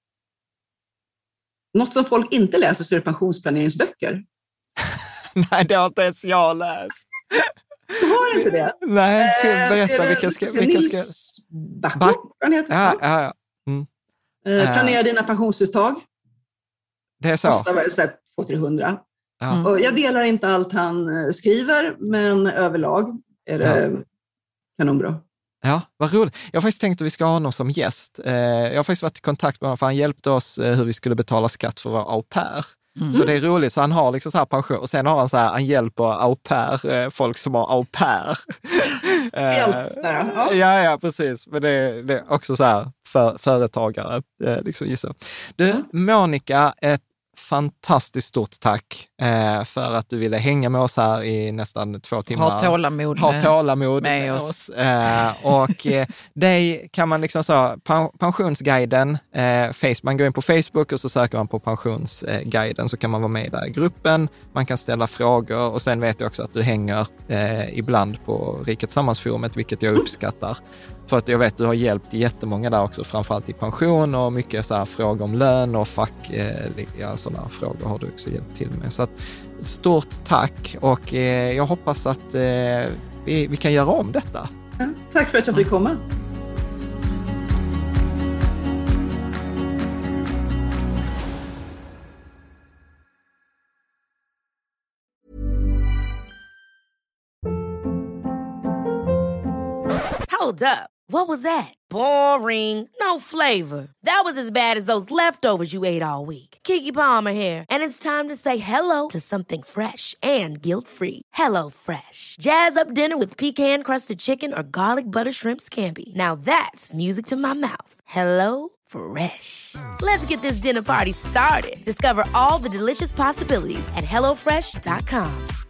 något som folk inte läser så är det pensionsplaneringsböcker. Nej, det har inte ens jag läst. Du har inte det? Nej, berätta. Eh, vilka ska... Vilka vilka ska... Backo, Back... han heter. Ja, ja, ja. Mm. Eh, planera uh, dina pensionsuttag. Det är så? Kostar väl så här två till trehundra. Ja. Och jag delar inte allt han skriver, men överlag är det ja. kanonbra. Ja, vad roligt. Jag har faktiskt tänkt att vi ska ha honom som gäst. Eh, jag har faktiskt varit i kontakt med honom för han hjälpte oss eh, hur vi skulle betala skatt för våra au pair. Mm. Så det är roligt. Så han har liksom så här pension. Och sen har han så här, han hjälper au pair, eh, folk som har au pair. Helt där, ja. ja, ja, precis. Men det är, det är också så här för, företagare, eh, liksom gissar. Du, mm. Monica, ett fantastiskt stort tack eh, för att du ville hänga med oss här i nästan två timmar. Ha tålamod, ha tålamod med, med oss. oss. Eh, och eh, dig kan man liksom så, pensionsguiden, eh, face, man går in på Facebook och så söker man på pensionsguiden så kan man vara med där i gruppen. Man kan ställa frågor och sen vet jag också att du hänger eh, ibland på Riket Sammansforumet, vilket jag uppskattar. För att jag vet att du har hjälpt jättemånga där också, framförallt i pension och mycket så här frågor om lön och fack, eh, ja, sådana frågor har du också hjälpt till med. Så att, stort tack och eh, jag hoppas att eh, vi, vi kan göra om detta. Ja, tack för att jag fick komma. Hold up. What was that? Boring. No flavor. That was as bad as those leftovers you ate all week. Keke Palmer here, and it's time to say hello to something fresh and guilt-free. Hello Fresh. Jazz up dinner with pecan-crusted chicken or garlic butter shrimp scampi. Now that's music to my mouth. Hello Fresh. Let's get this dinner party started. Discover all the delicious possibilities at hello fresh dot com.